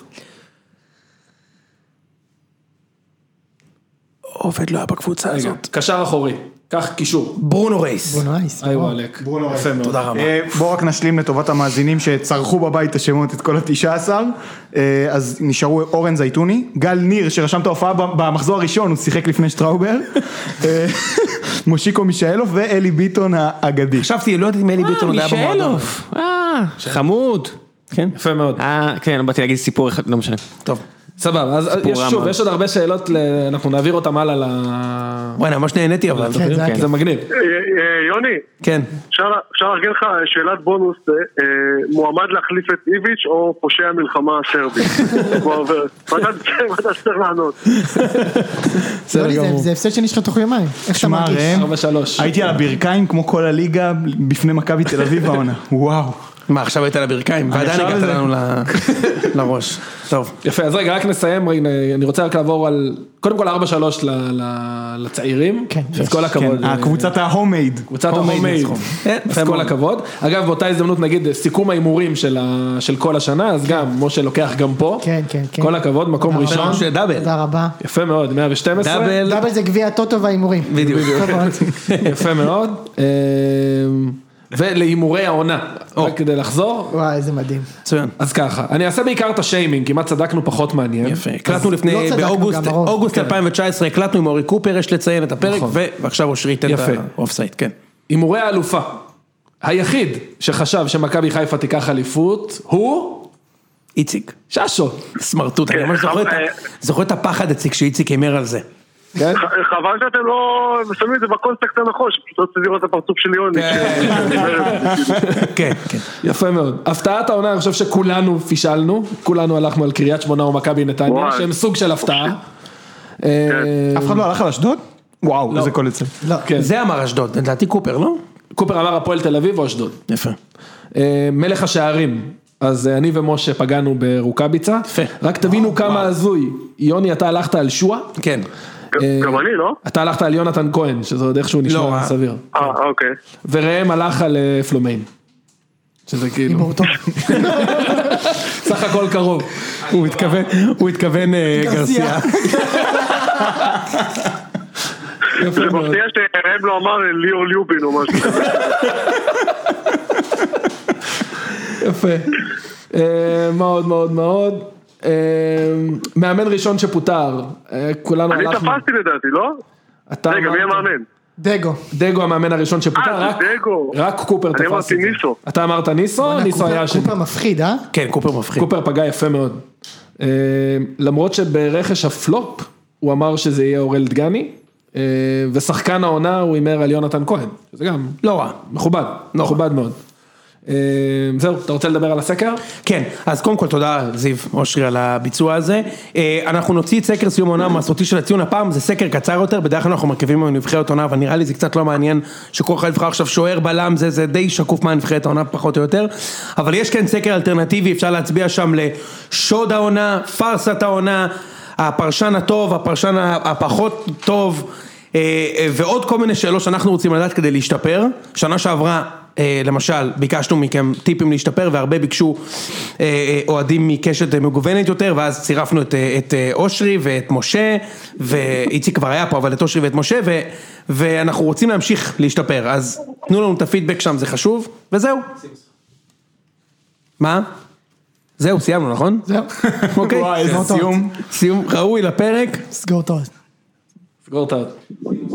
[SPEAKER 3] עובד לא היה בקבוצה
[SPEAKER 4] רגע,
[SPEAKER 3] הזאת.
[SPEAKER 4] קשר אחורי. קח קישור.
[SPEAKER 3] ברונו רייס.
[SPEAKER 6] בוא נייס.
[SPEAKER 4] היי וואלק. יפה מאוד.
[SPEAKER 3] תודה רבה.
[SPEAKER 5] אה, בואו רק נשלים לטובת המאזינים שצרכו בבית השמות את כל ה-תשע עשרה, אה, אז נשארו אורן זייטוני, גל ניר שרשם את ההופעה במחזור הראשון, הוא שיחק לפני שטראובר, אה, מושיקו מישאלוף ואלי ביטון האגדי.
[SPEAKER 3] חשבתי, לא יודעת אם אלי ביטון עוד היה במועדון.
[SPEAKER 2] מישאלוף. אה, חמוד. כן.
[SPEAKER 4] יפה מאוד.
[SPEAKER 2] אה, כן, לא באתי להגיד סיפור אחד, לא משנה.
[SPEAKER 3] טוב.
[SPEAKER 4] סבבה, אז יש
[SPEAKER 2] רע
[SPEAKER 4] שוב,
[SPEAKER 2] מאוד.
[SPEAKER 4] יש עוד הרבה שאלות, ל- אנחנו נעביר אותם הלאה ל...
[SPEAKER 3] וואי, אני ממש נהניתי אבל.
[SPEAKER 6] כן, זה היה
[SPEAKER 4] זה מגניב.
[SPEAKER 7] אה, אה, יוני,
[SPEAKER 3] כן.
[SPEAKER 7] אפשר אפשר להגיד לך שאלת בונוס, אה, מועמד להחליף את איביץ' או פושע מלחמה סרבי? הוא עובר. מה אתה צריך לענות?
[SPEAKER 6] לא לי, זה- זה הפסד שנשך תוך יומיים. איך אתה
[SPEAKER 5] שמע
[SPEAKER 6] מרגיש?
[SPEAKER 5] ראם,
[SPEAKER 4] ארבע שלוש.
[SPEAKER 5] הייתי על הברכיים כמו כל הליגה בפני מכבי תל אביב העונה, וואו.
[SPEAKER 3] מה, עכשיו היית על הברכיים? ועדיין
[SPEAKER 5] עכשיו
[SPEAKER 3] הגעת
[SPEAKER 5] זה-
[SPEAKER 3] לנו ל- לראש. טוב.
[SPEAKER 4] יפה, אז רגע, רק נסיים, הנה, אני רוצה רק לעבור על, קודם כל ארבע שלוש ל- ל- לצעירים,
[SPEAKER 6] כן,
[SPEAKER 4] אז כל הכבוד.
[SPEAKER 5] כן, קבוצת ההומייד.
[SPEAKER 4] קבוצת
[SPEAKER 3] Homemade
[SPEAKER 4] ההומייד,
[SPEAKER 3] ניצחון. כן,
[SPEAKER 4] אז
[SPEAKER 3] יפה
[SPEAKER 4] כל
[SPEAKER 3] מאוד.
[SPEAKER 4] הכבוד. אגב, באותה הזדמנות נגיד סיכום ההימורים של ה- של כל השנה, אז גם, משה לוקח גם פה,
[SPEAKER 6] כן, כן, כן.
[SPEAKER 4] כל הכבוד, מקום ראשון,
[SPEAKER 3] ראשון דאבל.
[SPEAKER 6] תודה רבה.
[SPEAKER 4] יפה מאוד, מאה ושתים עשרה,
[SPEAKER 3] דאבל.
[SPEAKER 6] דאבל זה גביע הטוטו וההימורים.
[SPEAKER 3] בדיוק.
[SPEAKER 6] טוב מאוד.
[SPEAKER 4] יפה מאוד, אמ, ולהימורי העונה, רק כדי לחזור,
[SPEAKER 6] וואי, איזה מדהים.
[SPEAKER 3] מצוין.
[SPEAKER 4] אז ככה, אני אעשה בעיקר את השיימינג, כמעט צדקנו פחות מעניין.
[SPEAKER 3] יפה. הקלטנו
[SPEAKER 6] לא
[SPEAKER 3] לפני,
[SPEAKER 6] צדקנו,
[SPEAKER 3] באוגוסט,
[SPEAKER 6] גם הרוב.
[SPEAKER 3] אוגוסט אלפיים תשע עשרה, הקלטנו עם אורי קופר, יש לציין את הפרק,
[SPEAKER 4] נכון.
[SPEAKER 3] ו- ועכשיו אושרי ייתן את
[SPEAKER 4] יפה.
[SPEAKER 3] האופסייט, כן.
[SPEAKER 4] הימורי האלופה, היחיד שחשב שמכבי חיפה תיקח אליפות, הוא
[SPEAKER 3] איציק.
[SPEAKER 4] ששו.
[SPEAKER 3] סמרטוט, אני ממש זוכר את ה- זוכר את הפחד איציק שאיציק הימר על זה.
[SPEAKER 4] כן?
[SPEAKER 7] ח- חבל שאתם לא שמים את זה בקונסטקט הנכון, שפשוט רציתי לראות את הפרצוף של יוני.
[SPEAKER 3] כן, כן.
[SPEAKER 4] יפה מאוד. הפתעת העונה, אני חושב שכולנו פישלנו, כולנו הלכנו על קריית שמונה ומכבי נתניה,
[SPEAKER 7] וואי.
[SPEAKER 4] שהם סוג של הפתעה. אה,
[SPEAKER 5] אף אחד לא הלך על אשדוד? וואו, איזה קול אצל.
[SPEAKER 6] לא.
[SPEAKER 4] כן.
[SPEAKER 3] זה אמר אשדוד, לדעתי קופר, לא?
[SPEAKER 4] קופר אמר הפועל תל אביב או אשדוד.
[SPEAKER 3] יפה.
[SPEAKER 4] אה, מלך השערים, אז אה, אני ומשה פגענו ברוקאביצה,
[SPEAKER 3] יפה.
[SPEAKER 4] רק תבינו כמה הזוי, יוני אתה הלכת על שואה,
[SPEAKER 3] כן.
[SPEAKER 7] גם אני, לא?
[SPEAKER 4] אתה הלכת על יונתן כהן, שזה עוד איכשהו
[SPEAKER 3] לא,
[SPEAKER 4] נשמע
[SPEAKER 3] אה.
[SPEAKER 4] סביר,
[SPEAKER 7] אה, אוקיי.
[SPEAKER 4] וראם הלך על אה, פלומיין, שזה כאילו,
[SPEAKER 6] הימור טוב.
[SPEAKER 4] סך הכל קרוב.
[SPEAKER 3] הוא התכוון, הוא התכוון אה, גרסיה.
[SPEAKER 7] זה מפתיע שראם לא אמר ליאור ליובין או משהו כזה.
[SPEAKER 4] יפה. מאוד מאוד מאוד. מאמן ראשון שפוטר. כולנו
[SPEAKER 7] אני
[SPEAKER 4] הלכנו.
[SPEAKER 7] תפסתי לדעתי, לא? רגע, מי המאמן?
[SPEAKER 6] דגו.
[SPEAKER 4] דגו המאמן הראשון שפוטר.
[SPEAKER 7] אה, זה דגו.
[SPEAKER 4] רק קופר תפס את זה.
[SPEAKER 7] אני אמרתי ניסו.
[SPEAKER 4] אתה אמרת ניסו, ניסו היה שני.
[SPEAKER 6] קופר מפחיד, אה?
[SPEAKER 3] כן, קופר מפחיד.
[SPEAKER 4] קופר פגע יפה מאוד. למרות שברכש הפלופ, הוא אמר שזה יהיה אורל דגני, ושחקן העונה הוא אמר על יונתן כהן. זה גם
[SPEAKER 3] לא רע.
[SPEAKER 4] מכובד, מכובד מאוד. זהו, אתה רוצה לדבר על הסקר?
[SPEAKER 3] כן, אז קודם כל תודה זיו אושרי על הביצוע הזה. אנחנו נוציא את סקר סיום העונה המסורתי של הציון, הפעם זה סקר קצר יותר, בדרך כלל אנחנו מרכיבים מנבחרת העונה, אבל נראה לי זה קצת לא מעניין שכל אחד יבחר עכשיו שוער בלם, זה, זה די שקוף מה נבחרת העונה פחות או יותר, אבל יש כן סקר אלטרנטיבי, אפשר להצביע שם לשוד העונה, פרסת העונה, הפרשן הטוב, הפרשן הפחות טוב, ועוד כל מיני שאלות שאנחנו רוצים לדעת כדי להשתפר. שנה שעברה למשל, ביקשנו מכם טיפים להשתפר, והרבה ביקשו אוהדים מקשת מגוונת יותר, ואז צירפנו את, את אושרי ואת משה, ואיציק כבר היה פה, אבל את אושרי ואת משה, ו, ואנחנו רוצים להמשיך להשתפר, אז תנו לנו את הפידבק שם, זה חשוב, וזהו. מה? זהו, סיימנו, נכון?
[SPEAKER 6] זהו.
[SPEAKER 3] אוקיי.
[SPEAKER 5] וואי, איזה סיום.
[SPEAKER 3] סיום ראוי לפרק.
[SPEAKER 6] סגור טוב.
[SPEAKER 4] סגור טוב.